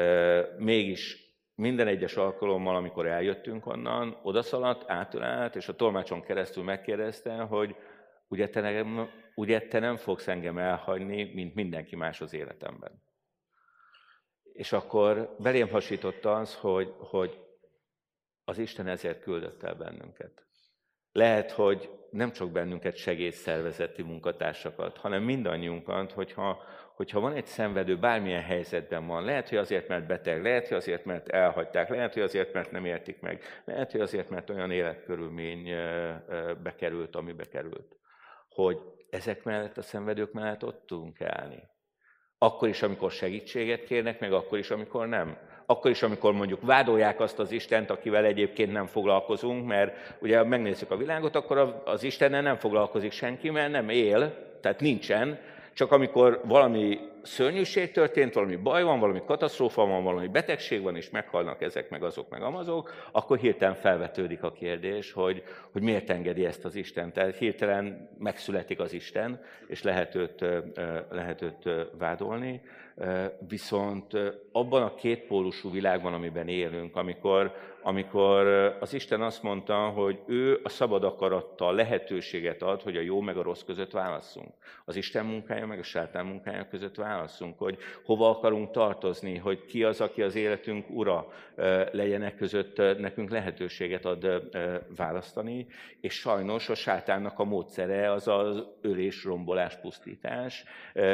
Mégis minden egyes alkalommal, amikor eljöttünk onnan, odaszaladt, átölált, és a tolmácson keresztül megkérdezte, hogy ugye te, nem, ugye te nem fogsz engem elhagyni, mint mindenki más az életemben. És akkor belém hasított az, hogy, hogy az Isten ezért küldött el bennünket. Lehet, hogy nem csak bennünket segédszervezeti munkatársakat, hanem mindannyiunkat, hogyha, hogyha van egy szenvedő, bármilyen helyzetben van, lehet, hogy azért, mert beteg, lehet, hogy azért, mert elhagyták, lehet, hogy azért, mert nem értik meg, lehet, hogy azért, mert olyan életkörülmény bekerült, ami bekerült, hogy ezek mellett, a szenvedők mellett ott tudunk állni. Akkor is, amikor segítséget kérnek, meg akkor is, amikor nem. Akkor is, amikor mondjuk vádolják azt az Istent, akivel egyébként nem foglalkozunk, mert ugye megnézzük a világot, akkor az Istennel nem foglalkozik senki, mert nem él, tehát nincsen, csak amikor valami szörnyűség történt, valami baj van, valami katasztrófa van, valami betegség van, és meghalnak ezek, meg azok, meg amazok, akkor hirtelen felvetődik a kérdés, hogy, hogy miért engedi ezt az Isten. Tehát hirtelen megszületik az Isten, és lehet őt, lehet őt vádolni. Viszont abban a kétpólusú világban, amiben élünk, amikor, amikor az Isten azt mondta, hogy ő a szabad akarattal lehetőséget ad, hogy a jó meg a rossz között válasszunk. Az Isten munkája meg a sátán munkája között válasszunk, hogy hova akarunk tartozni, hogy ki az, aki az életünk ura, legyenek között nekünk lehetőséget ad választani, és sajnos a sátánnak a módszere az az ölés, rombolás, pusztítás,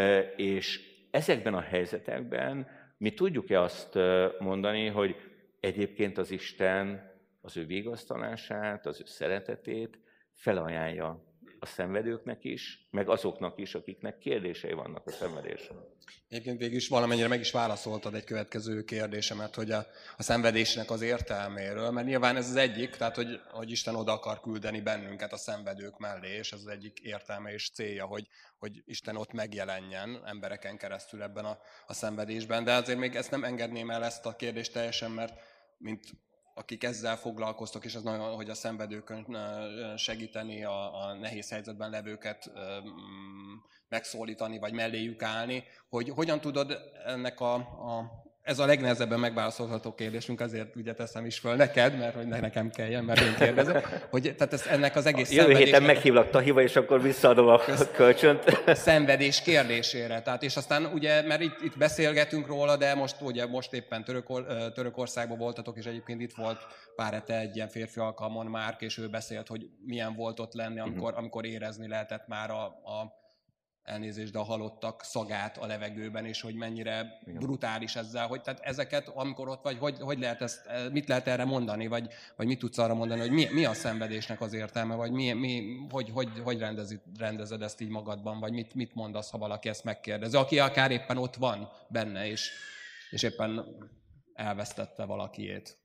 és ezekben a helyzetekben mi tudjuk-e azt mondani, hogy egyébként az Isten az ő vigasztalását, az ő szeretetét felajánlja a szenvedőknek is, meg azoknak is, akiknek kérdései vannak a szenvedésről? Egyébként végül is valamennyire meg is válaszoltad egy következő kérdésemet, hogy a, a szenvedésnek az értelméről, mert nyilván ez az egyik, tehát hogy, hogy Isten oda akar küldeni bennünket a szenvedők mellé, és ez az egyik értelme és célja, hogy, hogy Isten ott megjelenjen embereken keresztül ebben a, a szenvedésben. De azért még ezt nem engedném el, ezt a kérdést teljesen, mert mint akik ezzel foglalkoztak, és az nagyon, hogy a szenvedőkön segíteni, a, a nehéz helyzetben levőket megszólítani, vagy melléjük állni, hogy hogyan tudod ennek a, a ez a legnehezebben megválaszolható kérdésünk, azért ugye teszem is föl neked, mert hogy ne nekem kelljen, mert én kérdezek, hogy tehát ez, ennek az egész Jövő héten meghívlak Tahiba, és akkor visszaadom a kölcsönt. Szenvedés kérdésére. Tehát, és aztán ugye, mert itt, itt beszélgetünk róla, de most ugye most éppen Törökor, Törökországban voltatok, és egyébként itt volt pár hete egy ilyen férfi alkalmon Márk, és ő beszélt, hogy milyen volt ott lenni, amikor, amikor érezni lehetett már a, a elnézést, de a halottak szagát a levegőben, és hogy mennyire brutális ezzel, hogy tehát ezeket, amikor ott vagy, hogy, hogy lehet ezt, mit lehet erre mondani, vagy, vagy mit tudsz arra mondani, hogy mi, mi a szenvedésnek az értelme, vagy mi, mi, hogy, hogy, hogy rendezed, rendezed ezt így magadban, vagy mit, mit mondasz, ha valaki ezt megkérdezi, aki akár éppen ott van benne, és, és éppen elvesztette valakiét.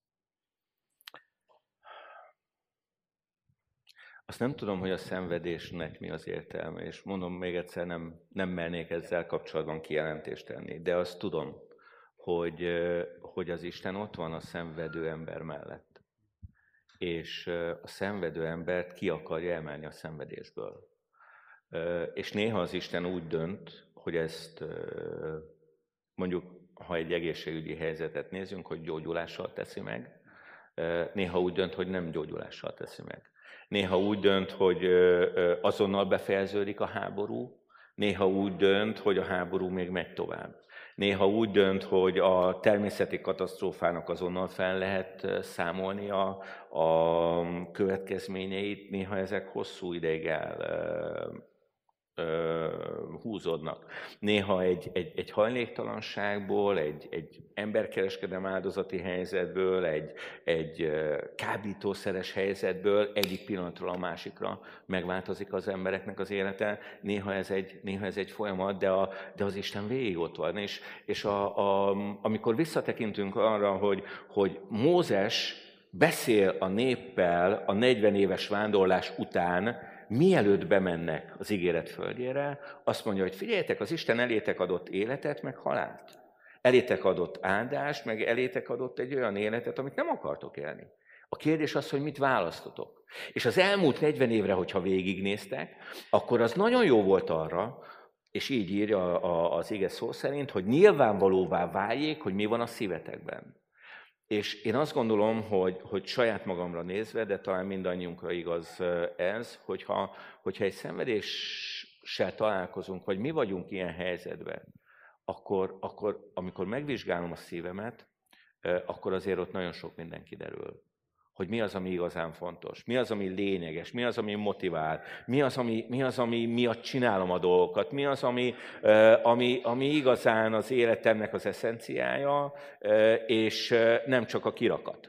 Azt nem tudom, hogy a szenvedésnek mi az értelme, és mondom még egyszer, nem, nem mernék ezzel kapcsolatban kijelentést tenni, de azt tudom, hogy, hogy az Isten ott van a szenvedő ember mellett, és a szenvedő embert ki akarja emelni a szenvedésből. És néha az Isten úgy dönt, hogy ezt mondjuk, ha egy egészségügyi helyzetet nézünk, hogy gyógyulással teszi meg, néha úgy dönt, hogy nem gyógyulással teszi meg. Néha úgy dönt, hogy azonnal befejeződik a háború, néha úgy dönt, hogy a háború még megy tovább. Néha úgy dönt, hogy a természeti katasztrófának azonnal fel lehet számolni a, a következményeit, néha ezek hosszú ideig el húzódnak. Néha egy, egy, egy hajléktalanságból, egy, egy emberkereskedelem áldozati helyzetből, egy, egy kábítószeres helyzetből egyik pillanatról a másikra megváltozik az embereknek az élete. Néha ez egy, néha ez egy folyamat, de, a, de az Isten végig ott van. És, és a, a, amikor visszatekintünk arra, hogy, hogy Mózes beszél a néppel a negyven éves vándorlás után, mielőtt bemennek az ígéret földjére, azt mondja, hogy figyeljetek, az Isten elétek adott életet, meg halált. Elétek adott áldást, meg elétek adott egy olyan életet, amit nem akartok élni. A kérdés az, hogy mit választotok. És az elmúlt negyven évre, hogyha végignéztek, akkor az nagyon jó volt arra, és így írja az ige szó szerint, hogy nyilvánvalóvá váljék, hogy mi van a szívetekben. És én azt gondolom, hogy, hogy saját magamra nézve, de talán mindannyiunkra igaz ez, hogyha, hogyha egy szenvedéssel találkozunk, vagy mi vagyunk ilyen helyzetben, akkor, akkor amikor megvizsgálom a szívemet, akkor azért ott nagyon sok minden kiderül. Hogy mi az, ami igazán fontos, mi az, ami lényeges, mi az, ami motivál, mi az, ami, mi az, ami miatt csinálom a dolgokat, mi az, ami, ami, ami igazán az életemnek az eszenciája, és nem csak a kirakat.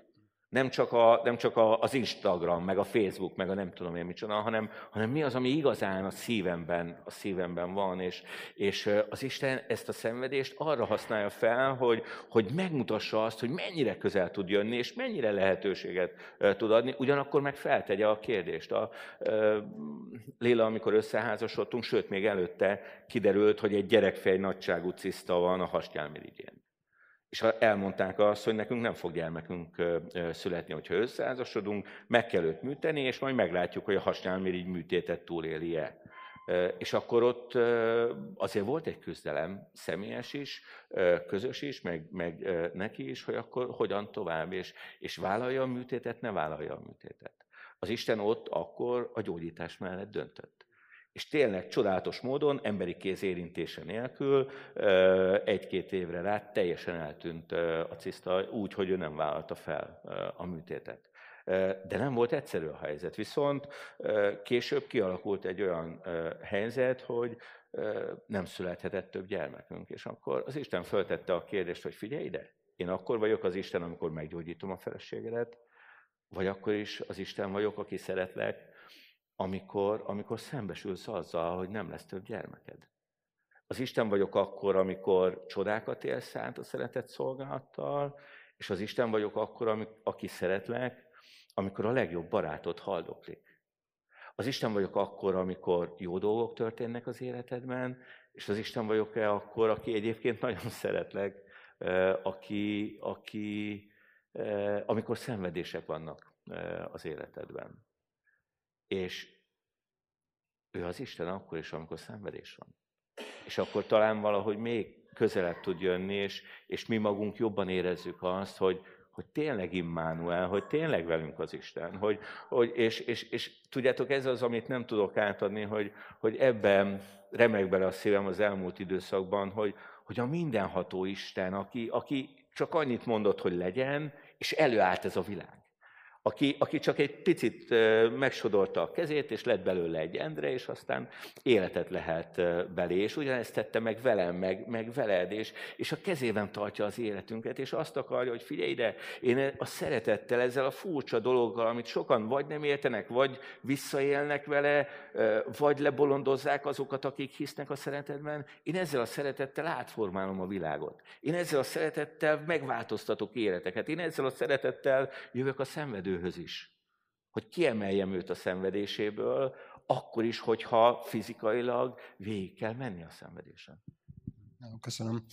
Nem csak, a, nem csak a, az Instagram, meg a Facebook, meg a nem tudom én micsoda, hanem, hanem mi az, ami igazán a szívemben, a szívemben van, és, és az Isten ezt a szenvedést arra használja fel, hogy, hogy megmutassa azt, hogy mennyire közel tud jönni, és mennyire lehetőséget tud adni, ugyanakkor meg feltegye a kérdést. A, a Léla, amikor összeházasodtunk, sőt, még előtte kiderült, hogy egy gyerekfej nagyságú ciszta van a hasnyálmirigyén. És elmondták azt, hogy nekünk nem fog gyermekünk születni, hogyha összeházasodunk, meg kell őt műteni, és majd meglátjuk, hogy a hasnyálmirigy műtétet túléli-e. És akkor ott azért volt egy küzdelem, személyes is, közös is, meg, meg neki is, hogy akkor hogyan tovább, és, és vállalja a műtétet, ne vállalja a műtétet. Az Isten ott akkor a gyógyítás mellett döntött. És tényleg csodálatos módon, emberi kéz érintése nélkül egy-két évre rá teljesen eltűnt a ciszta úgy, hogy ő nem vállalta fel a műtétet. De nem volt egyszerű a helyzet. Viszont később kialakult egy olyan helyzet, hogy nem születhetett több gyermekünk. És akkor az Isten föltette a kérdést, hogy figyelj ide, én akkor vagyok az Isten, amikor meggyógyítom a feleségedet, vagy akkor is az Isten vagyok, aki szeretlek, Amikor, amikor szembesülsz azzal, hogy nem lesz több gyermeked. Az Isten vagyok akkor, amikor csodákat élsz át a szeretett szolgálattal, és az Isten vagyok akkor, aki szeretlek, amikor a legjobb barátod haldoklik. Az Isten vagyok akkor, amikor jó dolgok történnek az életedben, és az Isten vagyok-e akkor, aki egyébként nagyon szeretlek, aki, aki, amikor szenvedések vannak az életedben. És ő az Isten akkor is, amikor szenvedés van. És akkor talán valahogy még közelebb tud jönni, és, és mi magunk jobban érezzük azt, hogy, hogy tényleg Immanuel, hogy tényleg velünk az Isten. Hogy, hogy, és, és, és tudjátok, ez az, amit nem tudok átadni, hogy, hogy ebben remeg bele a szívem az elmúlt időszakban, hogy, hogy a mindenható Isten, aki, aki csak annyit mondott, hogy legyen, és előállt ez a világ. Aki, aki csak egy picit megsodorta a kezét, és lett belőle egy endre, és aztán életet lehet belé. És ugyanezt tette meg velem, meg, meg veled, és, és a kezében tartja az életünket, és azt akarja, hogy figyelj ide, én a szeretettel, ezzel a furcsa dologgal, amit sokan vagy nem értenek, vagy visszaélnek vele, vagy lebolondozzák azokat, akik hisznek a szeretetben, én ezzel a szeretettel átformálom a világot. Én ezzel a szeretettel megváltoztatok életeket. Én ezzel a szeretettel jövök a szenvedő is, hogy kiemeljem őt a szenvedéséből, akkor is, hogyha fizikailag végig kell menni a szenvedésen. Köszönöm.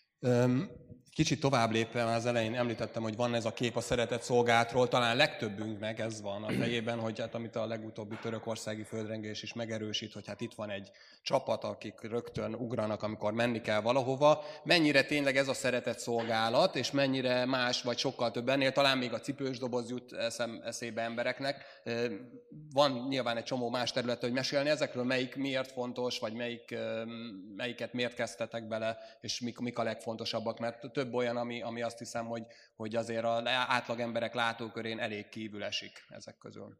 Kicsit tovább lépve, az elején említettem, hogy van ez a kép a szeretett szolgálatról, talán legtöbbünknek ez van a fejében, hogy hát amit a legutóbbi törökországi földrengés is megerősít, hogy hát itt van egy csapat, akik rögtön ugranak, amikor menni kell valahova. Mennyire tényleg ez a szeretett szolgálat, és mennyire más, vagy sokkal több ennél, talán még a cipős doboz jut eszem, eszébe embereknek. Van nyilván egy csomó más terület, hogy mesélni ezekről, melyik miért fontos, vagy melyik, melyiket miért kezdtetek bele, és mik, mik a legfontosabbak, mert több olyan, ami, ami azt hiszem, hogy, hogy azért az átlag emberek látókörén elég kívül esik ezek közül.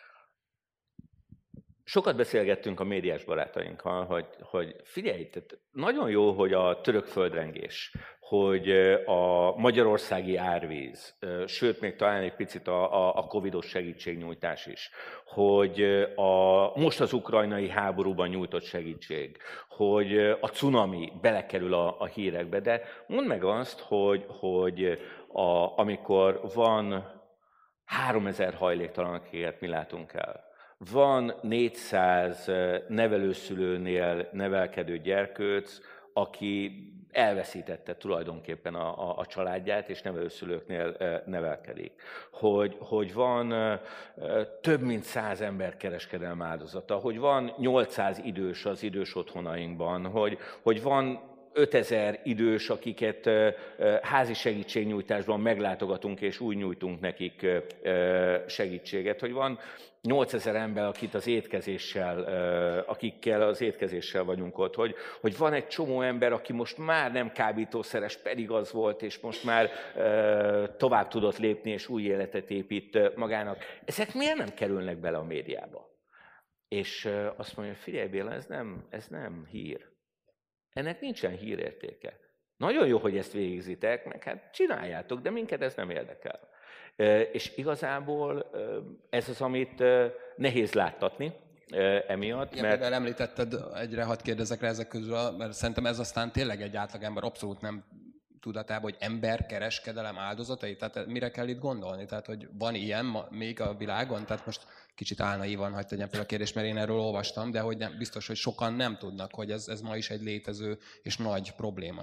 Sokat beszélgettünk a médiás barátainkkal, hogy, hogy figyelj, tehát nagyon jó, hogy a török földrengés, hogy a magyarországi árvíz, sőt, még talán egy picit a, a covidos segítségnyújtás is, hogy a, most az ukrajnai háborúban nyújtott segítség, hogy a cunami belekerül a, a hírekbe, de mondd meg azt, hogy, hogy a, amikor van háromezer hajléktalan, akiket mi látunk el, van négyszáz nevelőszülőnél nevelkedő gyerkőc, aki elveszítette tulajdonképpen a, a, a családját, és nevelőszülőknél nevelkedik. Hogy, hogy van több mint száz ember kereskedelmi áldozata, hogy van nyolcszáz idős az idős otthonainkban, hogy, hogy van ötezer idős, akiket házi segítségnyújtásban meglátogatunk, és úgy nyújtunk nekik segítséget, hogy van nyolcezer ember, akit az étkezéssel, akikkel az étkezéssel vagyunk ott, hogy, hogy van egy csomó ember, aki most már nem kábítószeres, pedig az volt, és most már tovább tudott lépni, és új életet épít magának. Ezek miért nem kerülnek bele a médiába? És azt mondja, figyelj Béla, ez nem, ez nem hír. Ennek nincsen hírértéke. Nagyon jó, hogy ezt végzitek, meg hát csináljátok, de minket ez nem érdekel. És igazából ez az, amit nehéz láttatni emiatt. Igen, mert... mivel említetted, egyre hadd kérdezek rá ezek közül, mert szerintem ez aztán tényleg egy átlagember abszolút nem tudatában, hogy emberkereskedelem áldozatai, tehát mire kell itt gondolni? Tehát, hogy van ilyen ma, még a világon? Tehát most kicsit álnaívan hagy tegyem fel a kérdést, mert én erről olvastam, de hogy nem, biztos, hogy sokan nem tudnak, hogy ez, ez ma is egy létező és nagy probléma.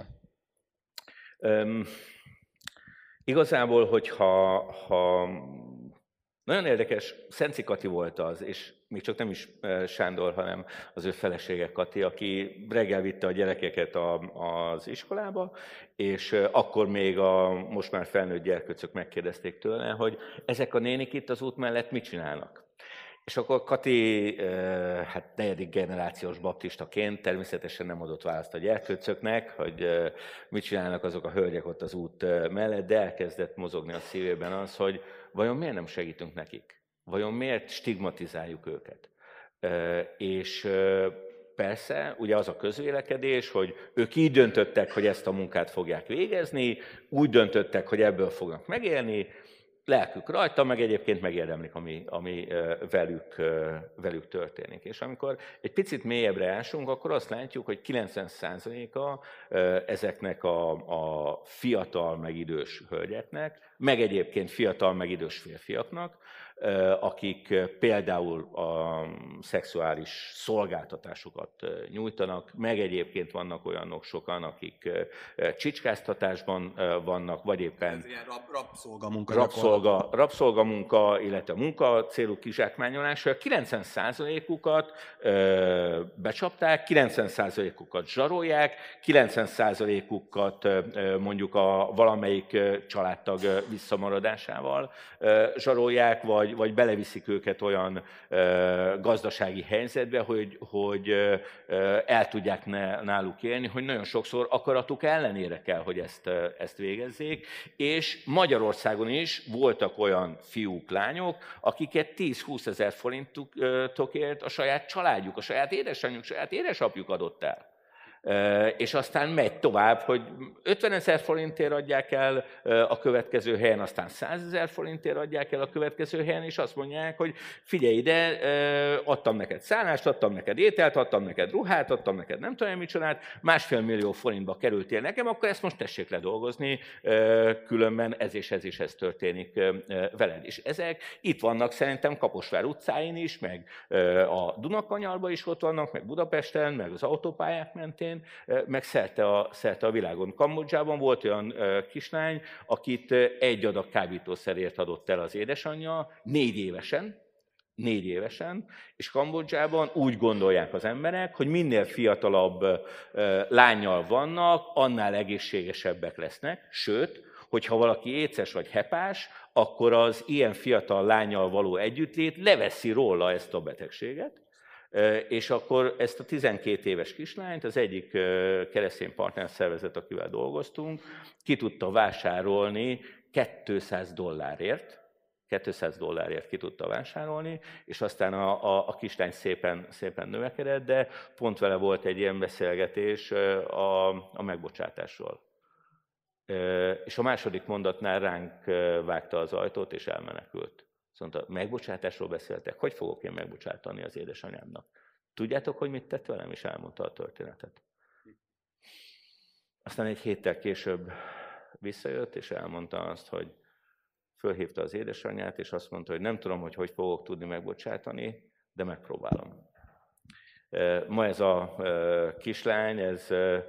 Um, igazából, hogyha ha nagyon érdekes, Szenci Kati volt az, és még csak nem is Sándor, hanem az ő felesége Kati, aki reggel vitte a gyerekeket a, az iskolába, és akkor még a most már felnőtt gyerkőcök megkérdezték tőle, hogy ezek a nénik itt az út mellett mit csinálnak. És akkor Kati, hát negyedik generációs baptistaként természetesen nem adott választ a gyerkőcöknek, hogy mit csinálnak azok a hölgyek ott az út mellett, de elkezdett mozogni a szívében az, hogy vajon miért nem segítünk nekik? Vajon miért stigmatizáljuk őket? És persze, ugye az a közvélekedés, hogy ők így döntöttek, hogy ezt a munkát fogják végezni, úgy döntöttek, hogy ebből fognak megélni, lelkük rajta, meg egyébként megérdemlik, ami, ami velük, velük történik. És amikor egy picit mélyebbre ásunk, akkor azt látjuk, hogy kilencven százaléka ezeknek a, a fiatal, meg idős hölgyeknek, meg egyébként fiatal, meg idős férfiaknak, akik például a szexuális szolgáltatásokat nyújtanak, meg egyébként vannak olyanok sokan, akik csicskáztatásban vannak, vagy éppen ez ilyen rab, rabszolgamunka, rabszolga, rabszolgamunka, illetve munka célú kizsákmányolás. kilencven százalékukat becsapták, kilencven százalékukat zsarolják, kilencven százalékukat mondjuk a valamelyik családtag visszamaradásával zsarolják, vagy Vagy, vagy beleviszik őket olyan ö, gazdasági helyzetbe, hogy, hogy ö, el tudják ne, náluk élni, hogy nagyon sokszor akaratuk ellenére kell, hogy ezt, ezt végezzék. És Magyarországon is voltak olyan fiúk, lányok, akiket tíz-húszezer forintokért a saját családjuk, a saját édesanyjuk, saját édesapjuk adott el. És aztán megy tovább, hogy ötvenezer forintért adják el a következő helyen, aztán százezer forintért adják el a következő helyen, és azt mondják, hogy figyelj ide, adtam neked szállást, adtam neked ételt, adtam neked ruhát, adtam neked nem tudom micsodát, másfél millió forintba kerültél nekem, akkor ezt most tessék ledolgozni, különben ez és ez is ez történik veled. És ezek itt vannak szerintem Kaposvár utcáin is, meg a Dunakanyarban is ott vannak, meg Budapesten, meg az autópályák mentén, meg szerte a, szerte a világon. Kambodzsában volt olyan kislány, akit egy adag kábítószerért adott el az édesanyja, négy évesen, négy évesen, és Kambodzsában úgy gondolják az emberek, hogy minél fiatalabb lánnyal vannak, annál egészségesebbek lesznek, sőt, hogyha valaki éces vagy hepás, akkor az ilyen fiatal lánnyal való együttlét leveszi róla ezt a betegséget, és akkor ezt a tizenkét éves kislányt az egyik keresztény partnerszervezet, akivel dolgoztunk, ki tudta vásárolni kétszáz dollárért, kétszáz dollárért ki tudta vásárolni, és aztán a, a, a kislány szépen, szépen növekedett, de pont vele volt egy ilyen beszélgetés a, a megbocsátásról. És a második mondatnál ránk vágta az ajtót, és elmenekült. Szóval megbocsátásról beszéltek, hogy fogok én megbocsátani az édesanyámnak. Tudjátok, hogy mit tett velem, és elmondta a történetet. Aztán egy héttel később visszajött, és elmondta azt, hogy fölhívta az édesanyját, és azt mondta, hogy nem tudom, hogy hogy fogok tudni megbocsátani, de megpróbálom. Ma ez a kislány, ez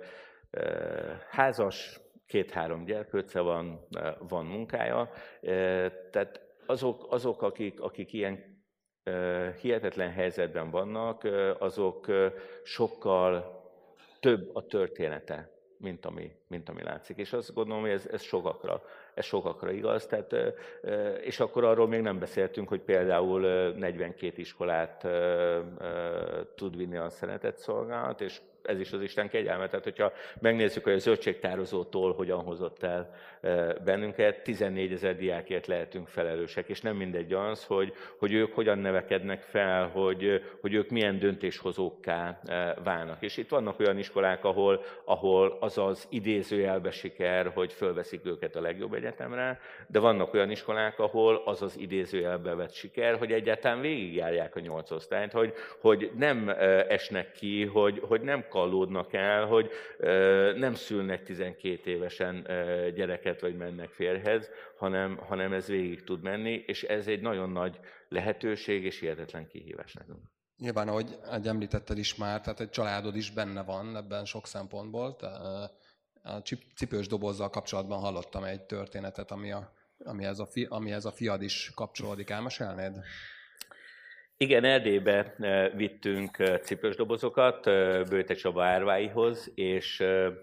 házas, két-három gyerkőce van, van munkája, tehát Azok, azok akik, akik ilyen uh, hihetetlen helyzetben vannak, uh, azok uh, sokkal több a története, mint ami, mint ami látszik. És azt gondolom, hogy ez, ez, sokakra, ez sokakra igaz. Tehát, uh, uh, és akkor arról még nem beszéltünk, hogy például uh, negyvenkét iskolát uh, uh, tud vinni a szeretett szolgálat, és ez is az Isten kegyelme. Tehát, hogyha megnézzük, hogy a zöldségtározótól hogyan hozott el bennünket, tizennégyezer diákért lehetünk felelősek, és nem mindegy az, hogy, hogy ők hogyan nevekednek fel, hogy, hogy ők milyen döntéshozókká válnak. És itt vannak olyan iskolák, ahol, ahol az az idézőjelbe siker, hogy fölveszik őket a legjobb egyetemre, de vannak olyan iskolák, ahol az az idézőjelbe vett siker, hogy egyáltalán végigjárják a nyolc osztályt, hogy, hogy nem esnek ki, hogy, hogy nem kallódnak el, hogy nem szülnek tizenkét évesen gyereket, vagy mennek férjhez, hanem, hanem ez végig tud menni, és ez egy nagyon nagy lehetőség és hihetetlen kihívás nekünk. Nyilván, ahogy említetted is már, tehát egy családod is benne van ebben sok szempontból. A cipős dobozzal kapcsolatban hallottam egy történetet, ami, a, ami, ez a fi, ami ez a fiad is kapcsolódik. Elmesélnéd? Igen, Erdélybe vittünk cipős dobozokat Böjte Csaba árváihoz, és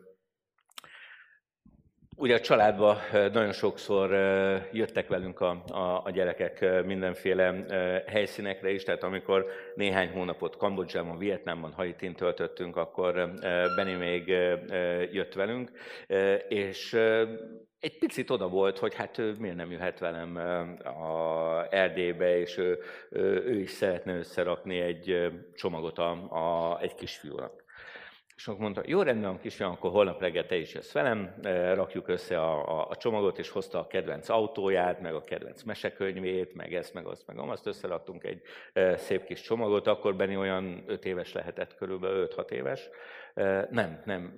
ugye a családban nagyon sokszor jöttek velünk a, a, a gyerekek mindenféle helyszínekre is, tehát amikor néhány hónapot Kambodzsában, Vietnámban, Haitin töltöttünk, akkor Benni még jött velünk, és egy picit oda volt, hogy hát ő miért nem jöhet velem a Erdélybe, és ő, ő is szeretne összerakni egy csomagot a, a, egy kisfiúnak. És akkor mondta, jó, rendben van, kisfiam, akkor holnap reggel te is jössz velem, rakjuk össze a, a, a csomagot, és hozta a kedvenc autóját, meg a kedvenc mesekönyvét, meg ezt, meg azt, meg azt, összeraktunk egy szép kis csomagot, akkor Benni olyan öt éves lehetett, körülbelül öt-hat éves. Nem, nem,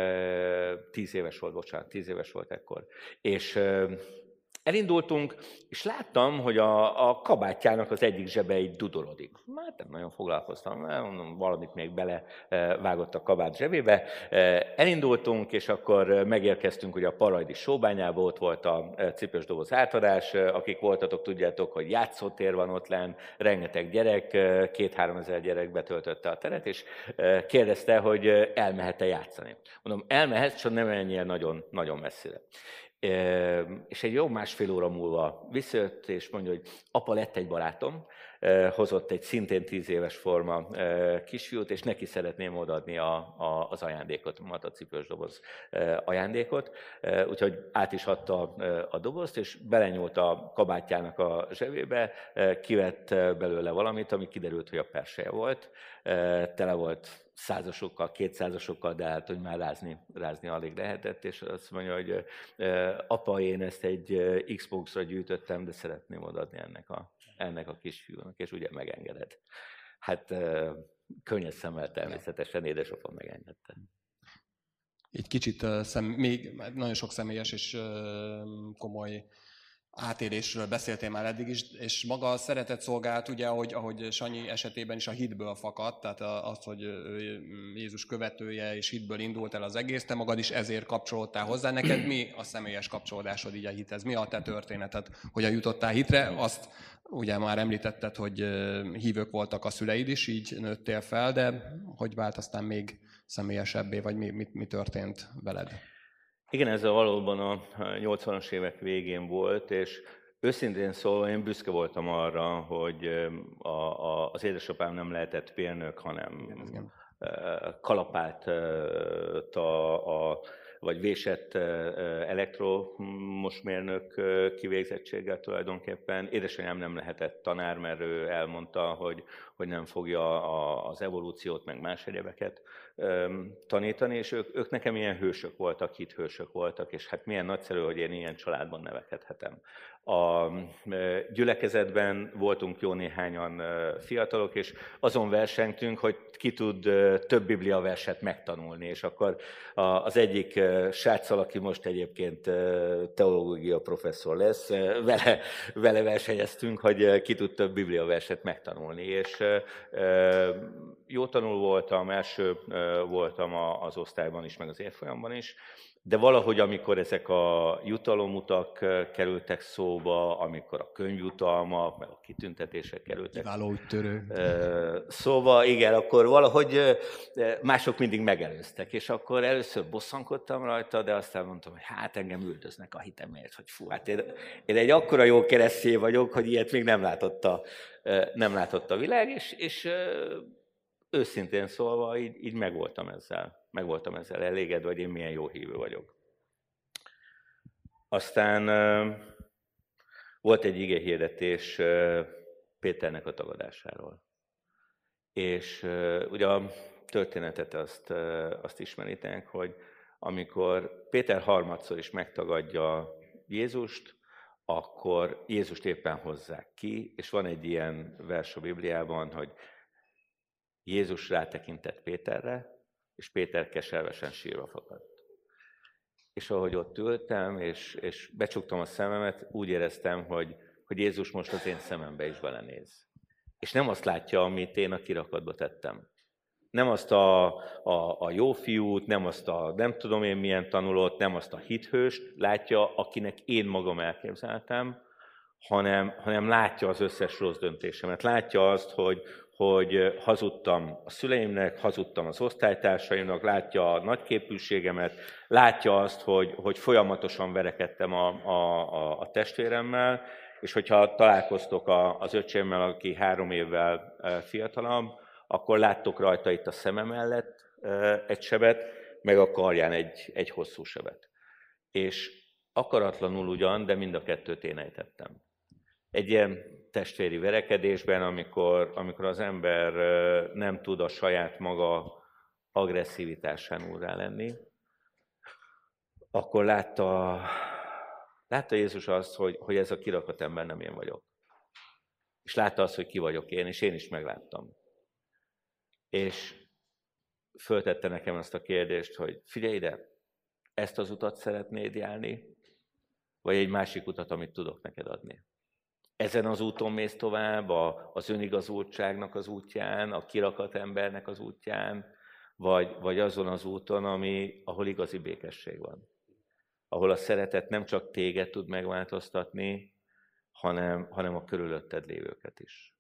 tíz éves volt, bocsánat, tíz éves volt ekkor. És elindultunk, és láttam, hogy a, a kabátjának az egyik zsebe így dudorodik. Hát nem nagyon foglalkoztam, mondom, valamit még belevágott a kabát zsebébe. Elindultunk, és akkor megérkeztünk ugye a Parajdi Sóbányába, ott volt a cipős doboz átadás. Akik voltatok, tudjátok, hogy játszótér van ott lenn, rengeteg gyerek, két-három ezer gyerek betöltötte a teret, és kérdezte, hogy elmehet-e játszani. Mondom, elmehet, csak nem menjél nagyon, nagyon messzire. És egy jó másfél óra múlva visszajött, és mondja, hogy apa, lett egy barátom, hozott egy szintén tíz éves forma kisfiút, és neki szeretném odaadni a, a, az ajándékot, a cipős doboz ajándékot. Úgyhogy át is adta a dobozt, és belenyúlt a kabátjának a zsebébe, kivett belőle valamit, ami kiderült, hogy a perseje volt. Tele volt százasokkal, kétszázasokkal, de hát, hogy már rázni, rázni alig lehetett, és azt mondja, hogy apa, én ezt egy Xbox-ra gyűjtöttem, de szeretném odaadni ennek a, ennek a kisfiúnak, és ugye megengedett. Hát könnyes szemmel természetesen, édesapám megengedte. Így kicsit szem, még nagyon sok személyes és komoly átélésről beszéltél már eddig is, és maga a szeretet szolgálat, ugye, ahogy, ahogy Sanyi esetében is a hitből fakadt, tehát az, hogy Jézus követője és hitből indult el az egész, te magad is ezért kapcsolódtál hozzá. Neked mi a személyes kapcsolódásod így a hithez? Mi a te történeted, hogyan jutottál hitre? Azt ugye már említetted, hogy hívők voltak a szüleid is, így nőttél fel, de hogy vált aztán még személyesebbé, vagy mi, mi, mi történt veled? Igen, ez a valóban a nyolcvanas évek végén volt, és őszintén szólva én büszke voltam arra, hogy a, a, az édesapám nem lehetett mérnök, hanem igen, kalapált a, a, vagy vésett elektromos mérnök kivégzettséggel tulajdonképpen. Édesanyám nem lehetett tanár, mert ő elmondta, hogy, hogy nem fogja az evolúciót, meg más egyebeket tanítani, és ők, ők nekem ilyen hősök voltak, hithősök voltak, és hát milyen nagyszerű, hogy én ilyen családban nevekedhetem. A gyülekezetben voltunk jó néhányan fiatalok, és azon versengtünk, hogy ki tud több bibliaverset megtanulni, és akkor az egyik sráccal, aki most egyébként teológia professzor lesz, vele, vele versenyeztünk, hogy ki tud több bibliaverset megtanulni, és jó tanul voltam, első voltam az osztályban is, meg az évfolyamban is, de valahogy, amikor ezek a jutalomutak kerültek szóba, amikor a könyvjutalmak, meg a kitüntetések kerültek szóba, igen, akkor valahogy mások mindig megelőztek, és akkor először bosszankodtam rajta, de aztán mondtam, hogy hát engem üldöznek a hitemért, hogy fú, hát én, én egy akkora jó keresztény vagyok, hogy ilyet még nem látott a, nem látott a világ, és, és őszintén szólva így, így megvoltam ezzel. Megvoltam ezzel elégedve, hogy én milyen jó hívő vagyok. Aztán volt egy igéhirdetés Péternek a tagadásáról. És ugye a történetet azt, azt ismeritek, hogy amikor Péter harmadszor is megtagadja Jézust, akkor Jézust éppen hozzák ki, és van egy ilyen vers a Bibliában, hogy Jézus rátekintett Péterre, és Péter keservesen sírva fakadt. És ahogy ott ültem, és, és becsuktam a szememet, úgy éreztem, hogy, hogy Jézus most az én szemembe is belenéz. És nem azt látja, amit én a kirakatba tettem. Nem azt a, a, a jó fiút, nem azt a nem tudom én milyen tanulót, nem azt a hithőst látja, akinek én magam elképzeltem, hanem, hanem látja az összes rossz döntésemet. Látja azt, hogy, hogy hazudtam a szüleimnek, hazudtam az osztálytársaimnak, látja a nagyképűségemet, látja azt, hogy, hogy folyamatosan verekedtem a, a, a testvéremmel, és hogyha találkoztok az öcsémmel, aki három évvel fiatalabb, akkor láttok rajta itt a szeme mellett egy sebet, meg a karján egy, egy hosszú sebet. És akaratlanul ugyan, de mind a kettőt én ejtettem. Egy ilyen testvéri verekedésben, amikor, amikor az ember nem tud a saját maga agresszivitásán úrrá lenni, akkor látta, látta Jézus azt, hogy, hogy ez a kirakat ember nem én vagyok. És látta azt, hogy ki vagyok én, és én is megláttam. És föltette nekem azt a kérdést, hogy figyelj ide, ezt az utat szeretnéd járni, vagy egy másik utat, amit tudok neked adni? Ezen az úton mész tovább, az önigazultságnak az útján, a kirakat embernek az útján, vagy, vagy azon az úton, ami, ahol igazi békesség van. Ahol a szeretet nem csak téged tud megváltoztatni, hanem, hanem a körülötted lévőket is.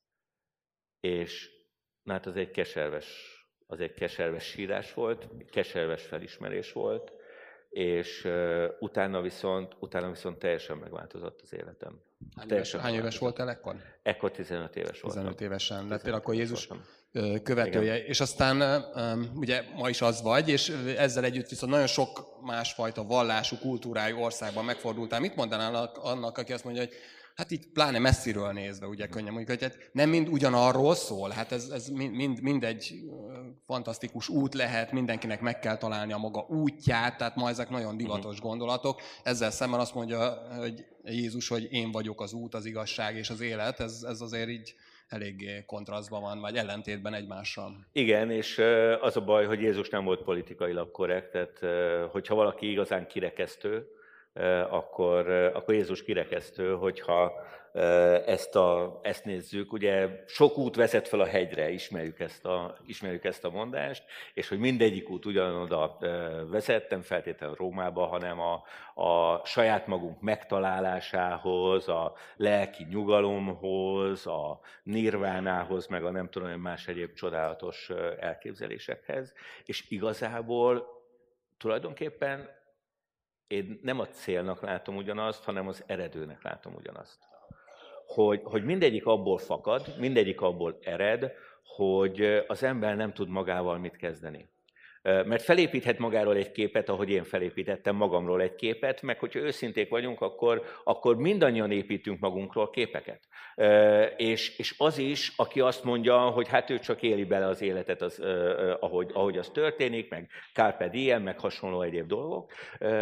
És na hát az egy keserves, az egy keserves sírás volt, keserves felismerés volt, és uh, utána, viszont, utána viszont teljesen megváltozott az életem. Hány éves, hány éves voltál ekkor? Ekkor tizenöt éves voltam. tizenöt évesen lettél akkor Jézus voltam. követője. Igen. És aztán um, ugye ma is az vagy, és ezzel együtt viszont nagyon sok másfajta vallású, kultúrájú országban megfordultál. Mit mondanál annak, aki azt mondja, hogy hát így pláne messziről nézve, ugye könnyen mondjuk, hogy hát nem mind ugyanarról szól, hát ez, ez mind, mind egy fantasztikus út lehet, mindenkinek meg kell találni a maga útját, tehát ma ezek nagyon divatos gondolatok. Ezzel szemben azt mondja, hogy Jézus, hogy én vagyok az út, az igazság és az élet, ez, ez azért így eléggé kontrasztban van, vagy ellentétben egymással. Igen, és az a baj, hogy Jézus nem volt politikailag korrekt, tehát hogyha valaki igazán kirekesztő, Akkor, akkor Jézus kirekesztő, hogyha ezt, a, ezt nézzük. Ugye sok út vezet fel a hegyre, ismerjük ezt a, ismerjük ezt a mondást, és hogy mindegyik út ugyanoda vezet, nem feltétlenül Rómába, hanem a, a saját magunk megtalálásához, a lelki nyugalomhoz, a nirvánához, meg a nem tudom, más egyéb csodálatos elképzelésekhez. És igazából tulajdonképpen én nem a célnak látom ugyanazt, hanem az eredőnek látom ugyanazt. Hogy, hogy mindegyik abból fakad, mindegyik abból ered, hogy az ember nem tud magával mit kezdeni. Mert felépíthet magáról egy képet, ahogy én felépítettem magamról egy képet, meg hogyha őszinték vagyunk, akkor, akkor mindannyian építünk magunkról képeket. És, és az is, aki azt mondja, hogy hát ő csak éli bele az életet, az, ahogy, ahogy az történik, meg carpe diem, meg hasonló egyéb dolgok.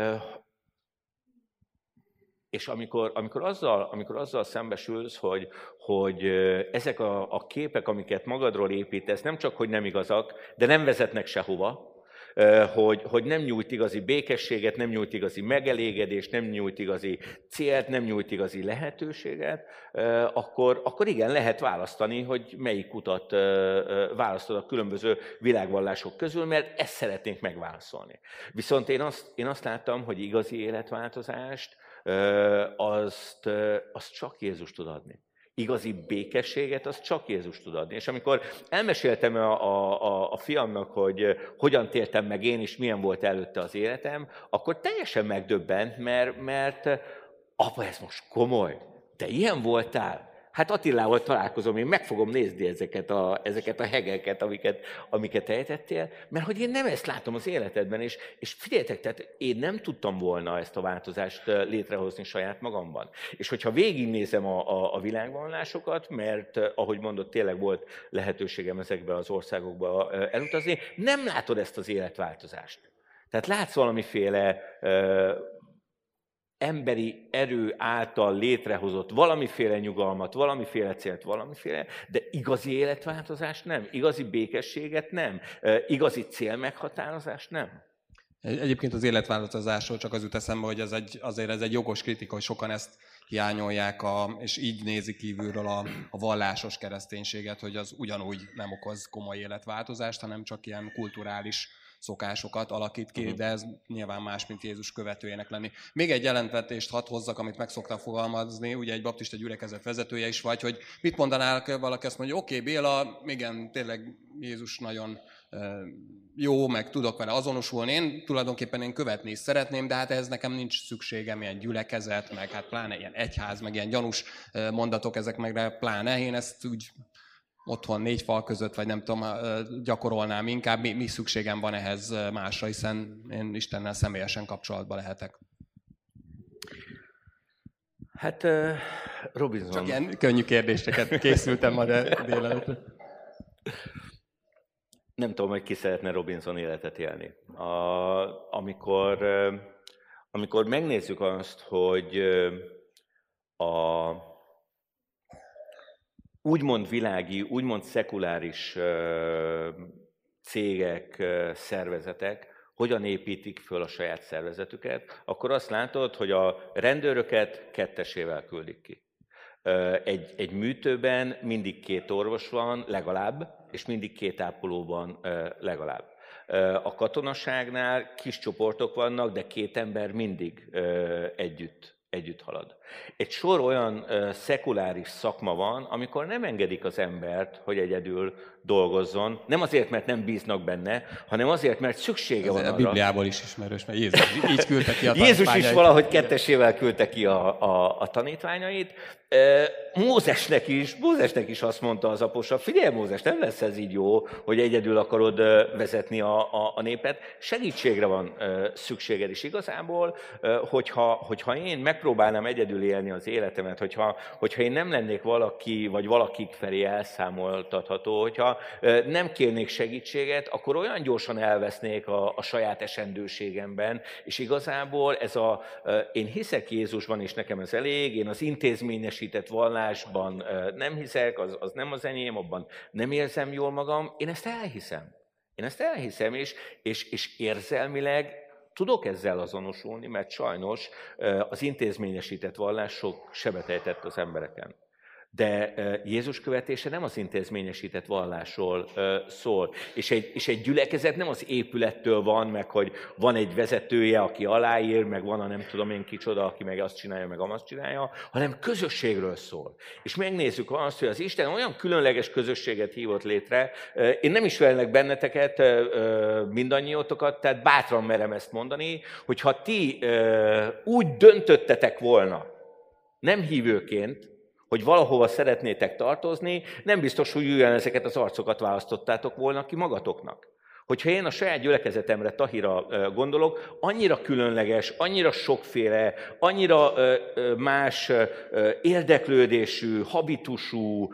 És amikor, amikor, azzal, amikor azzal szembesülsz, hogy, hogy ezek a, a képek, amiket magadról építesz, nem csak, hogy nem igazak, de nem vezetnek sehova, hogy, hogy nem nyújt igazi békességet, nem nyújt igazi megelégedést, nem nyújt igazi célt, nem nyújt igazi lehetőséget, akkor, akkor igen, lehet választani, hogy melyik utat választod a különböző világvallások közül, mert ezt szeretnénk megválaszolni. Viszont én azt, én azt láttam, hogy igazi életváltozást azt, azt csak Jézus tud adni. Igazi békességet, azt csak Jézus tud adni. És amikor elmeséltem a, a, a fiamnak, hogy hogyan tértem meg én, és milyen volt előtte az életem, akkor teljesen megdöbbent, mert, mert apa, ez most komoly. Te ilyen voltál? Hát Attilával találkozom, én meg fogom nézni ezeket a, ezeket a hegeket, amiket, amiket ejtettél, mert hogy én nem ezt látom az életedben, és, és figyeljetek, tehát én nem tudtam volna ezt a változást létrehozni saját magamban. És hogyha végignézem a, a, a világvallásokat, mert ahogy mondott, tényleg volt lehetőségem ezekbe az országokba elutazni, nem látod ezt az életváltozást. Tehát látsz valamiféle emberi erő által létrehozott valamiféle nyugalmat, valamiféle célt, valamiféle, de igazi életváltozást nem, igazi békességet nem, igazi célmeghatározást nem. Egyébként az életváltozásról csak az jut eszembe, hogy ez egy, azért ez egy jogos kritika, hogy sokan ezt hiányolják, a, és így nézik kívülről a, a vallásos kereszténységet, hogy az ugyanúgy nem okoz komoly életváltozást, hanem csak ilyen kulturális szokásokat alakít ki, de ez nyilván más, mint Jézus követőjének lenni. Még egy jelentvetést hadd hozzak, amit meg szoktam fogalmazni, ugye egy baptista gyülekezet vezetője is vagy, hogy mit mondanál, valaki azt mondja, hogy oké, okay, Béla, igen, tényleg Jézus nagyon jó, meg tudok vele azonosulni, én tulajdonképpen én követni is szeretném, de hát ehhez nekem nincs szükségem, ilyen gyülekezet, meg hát pláne ilyen egyház, meg ilyen gyanús mondatok, ezek meg pláne, én ezt úgy otthon négy fal között, vagy nem tudom, gyakorolnám inkább, mi, mi szükségem van ehhez másra, hiszen én Istennel személyesen kapcsolatban lehetek. Hát, Robinson... Csak ilyen könnyű kérdéseket készültem ma délelőtt. Nem tudom, hogy ki szeretne Robinson életet élni. A, amikor, amikor megnézzük azt, hogy a úgymond világi, úgymond szekuláris cégek, szervezetek hogyan építik föl a saját szervezetüket, akkor azt látod, hogy a rendőröket kettesével küldik ki. Egy, egy műtőben mindig két orvos van, legalább, és mindig két ápolóban legalább. A katonaságnál kis csoportok vannak, de két ember mindig együtt, együtt halad. Egy sor olyan szekuláris szakma van, amikor nem engedik az embert, hogy egyedül dolgozzon, nem azért, mert nem bíznak benne, hanem azért, mert szüksége ez van arra. A Bibliából is ismerős, mert Jézus így küldte ki a Jézus is valahogy kettesével küldte ki a, a, a tanítványait. Mózesnek is, Mózesnek is azt mondta az apostol, figyelj Mózes, nem lesz ez így jó, hogy egyedül akarod vezetni a, a, a népet. Segítségre van szükséged is igazából, hogyha, hogyha én megpróbálnám egyedül élni az életemet, hogyha, hogyha én nem lennék valaki, vagy valakik felé elszámoltatható, hogyha nem kérnék segítséget, akkor olyan gyorsan elvesznék a, a saját esendőségemben, és igazából ez a, én hiszek Jézusban, és nekem ez elég, én az intézményesített vallásban nem hiszek, az, az nem az enyém, abban nem érzem jól magam, én ezt elhiszem. Én ezt elhiszem, és, és, és érzelmileg tudok ezzel azonosulni, mert sajnos az intézményesített vallás sok sebet ejtett az embereken. De Jézus követése nem az intézményesített vallásról szól. És egy, és egy gyülekezet nem az épülettől van, meg hogy van egy vezetője, aki aláír, meg van a nem tudom én kicsoda, aki meg azt csinálja, meg azt csinálja, hanem közösségről szól. És megnézzük azt, hogy az Isten olyan különleges közösséget hívott létre. Én nem ismerlek benneteket, mindannyiótokat, tehát bátran merem ezt mondani, hogyha ti úgy döntöttetek volna, nem hívőként, hogy valahova szeretnétek tartozni, nem biztos, hogy ugyanezeket az arcokat választottátok volna ki magatoknak. Hogyha én a saját gyülekezetemre, Tahira gondolok, annyira különleges, annyira sokféle, annyira más érdeklődésű, habitusú,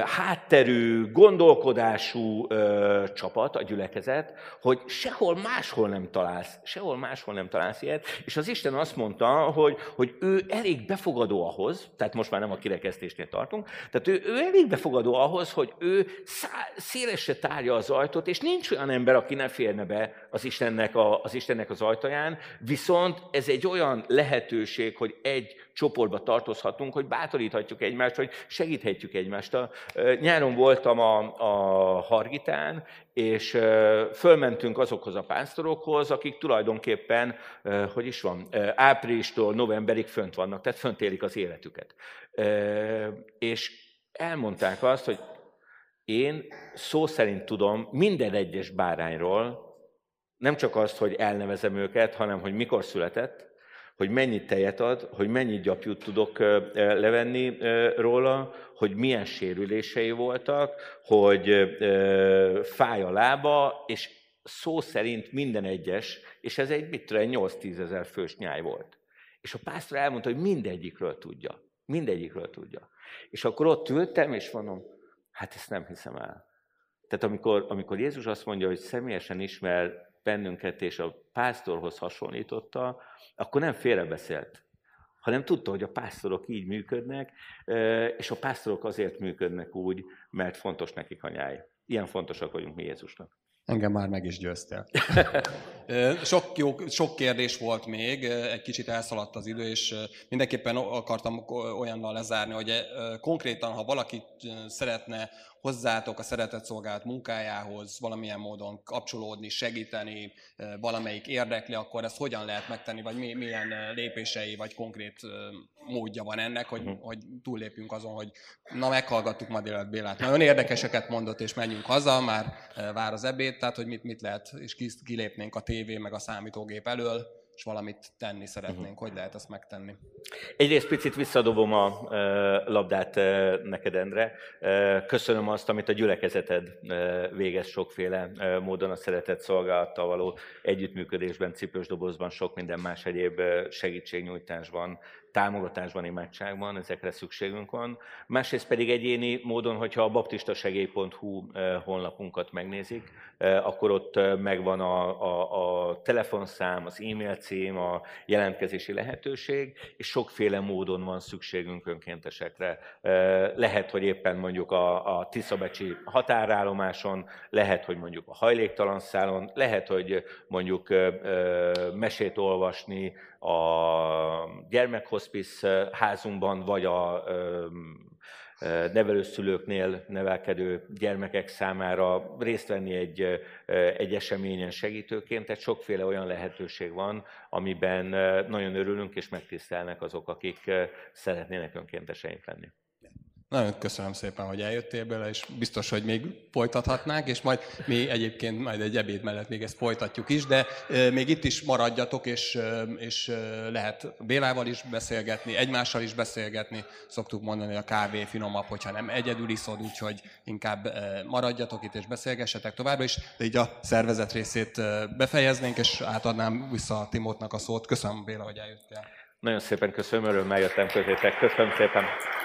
hátterű, gondolkodású csapat, a gyülekezet, hogy sehol máshol nem találsz, sehol máshol nem találsz ilyet, és az Isten azt mondta, hogy, hogy ő elég befogadó ahhoz, tehát most már nem a kirekesztésnél tartunk, tehát ő, ő elég befogadó ahhoz, hogy ő szélesre tárja az ajtót, és nincs olyan ember, aki ne férne be az Istennek, a, az Istennek az ajtaján, viszont ez egy olyan lehetőség, hogy egy csoportba tartozhatunk, hogy bátoríthatjuk egymást, hogy segíthetjük egymást. A, nyáron voltam a, a Hargitán, és fölmentünk azokhoz a pásztorokhoz, akik tulajdonképpen, hogy is van, áprilistól novemberig fönt vannak, tehát fönt élik az életüket. És elmondták azt, hogy én szó szerint tudom minden egyes bárányról, nem csak azt, hogy elnevezem őket, hanem hogy mikor született, hogy mennyit tejet ad, hogy mennyit gyapjút tudok levenni róla, hogy milyen sérülései voltak, hogy fáj a lába, és szó szerint minden egyes, és ez egy mit tudom, nyolc-tízezer fős nyáj volt. És a pásztor elmondta, hogy mindegyikről tudja. Mindegyikről tudja. És akkor ott ültem, és mondom, hát ezt nem hiszem el. Tehát amikor, amikor Jézus azt mondja, hogy személyesen ismer bennünket, és a pásztorhoz hasonlította, akkor nem félrebeszélt, hanem tudta, hogy a pásztorok így működnek, és a pásztorok azért működnek úgy, mert fontos nekik a nyáj. Ilyen fontosak vagyunk mi Jézusnak. Engem már meg is győztél. Sok, jó, sok kérdés volt még, egy kicsit elszaladt az idő, és mindenképpen akartam olyannal lezárni, hogy konkrétan, ha valaki szeretne hozzátok a Szeretett Szolgálat munkájához valamilyen módon kapcsolódni, segíteni, valamelyik érdekli, akkor ezt hogyan lehet megtenni, vagy milyen lépései, vagy konkrét módja van ennek, hogy, uh-huh. hogy túllépjünk azon, hogy na, meghallgattuk ma délelőtt Bélát. Nagyon érdekeseket mondott, és menjünk haza, már vár az ebéd, tehát hogy mit, mit lehet, és kilépnénk a tévé meg a számítógép elől, és valamit tenni szeretnénk. Uh-huh. Hogy lehet ezt megtenni? Egyrészt picit visszadobom a uh, labdát uh, neked, Endre. Uh, köszönöm azt, amit a gyülekezeted uh, végez sokféle uh, módon a Szeretett Szolgálattal való együttműködésben, cipősdobozban, sok minden más egyéb uh, segítségnyújtásban, támogatásban, imádságban, ezekre szükségünk van. Másrészt pedig egyéni módon, hogyha a baptistasegély pont hu honlapunkat megnézik, akkor ott megvan a, a, a telefonszám, az e-mail cím, a jelentkezési lehetőség, és sokféle módon van szükségünk önkéntesekre. Lehet, hogy éppen mondjuk a, a Tiszabecsi határállomáson, lehet, hogy mondjuk a hajléktalan szálon, lehet, hogy mondjuk mesét olvasni a gyermekhospice házunkban, vagy a nevelőszülőknél nevelkedő gyermekek számára részt venni egy, egy eseményen segítőként. Tehát sokféle olyan lehetőség van, amiben nagyon örülünk és megtisztelnek azok, akik szeretnének önkénteseink lenni. Nagyon köszönöm szépen, hogy eljöttél bele, és biztos, hogy még folytathatnánk, és majd mi egyébként majd egy ebéd mellett még ezt folytatjuk is, de még itt is maradjatok, és, és lehet Bélával is beszélgetni, egymással is beszélgetni. Szoktuk mondani, hogy a kávé finomabb, hogyha nem egyedül iszod, úgyhogy inkább maradjatok itt és beszélgessetek továbbra is. De így a szervezet részét befejeznénk, és átadnám vissza a Timótnak a szót. Köszönöm, Béla, hogy eljöttél. Nagyon szépen köszönöm, örömmel jöttem közétek. Köszönöm szépen.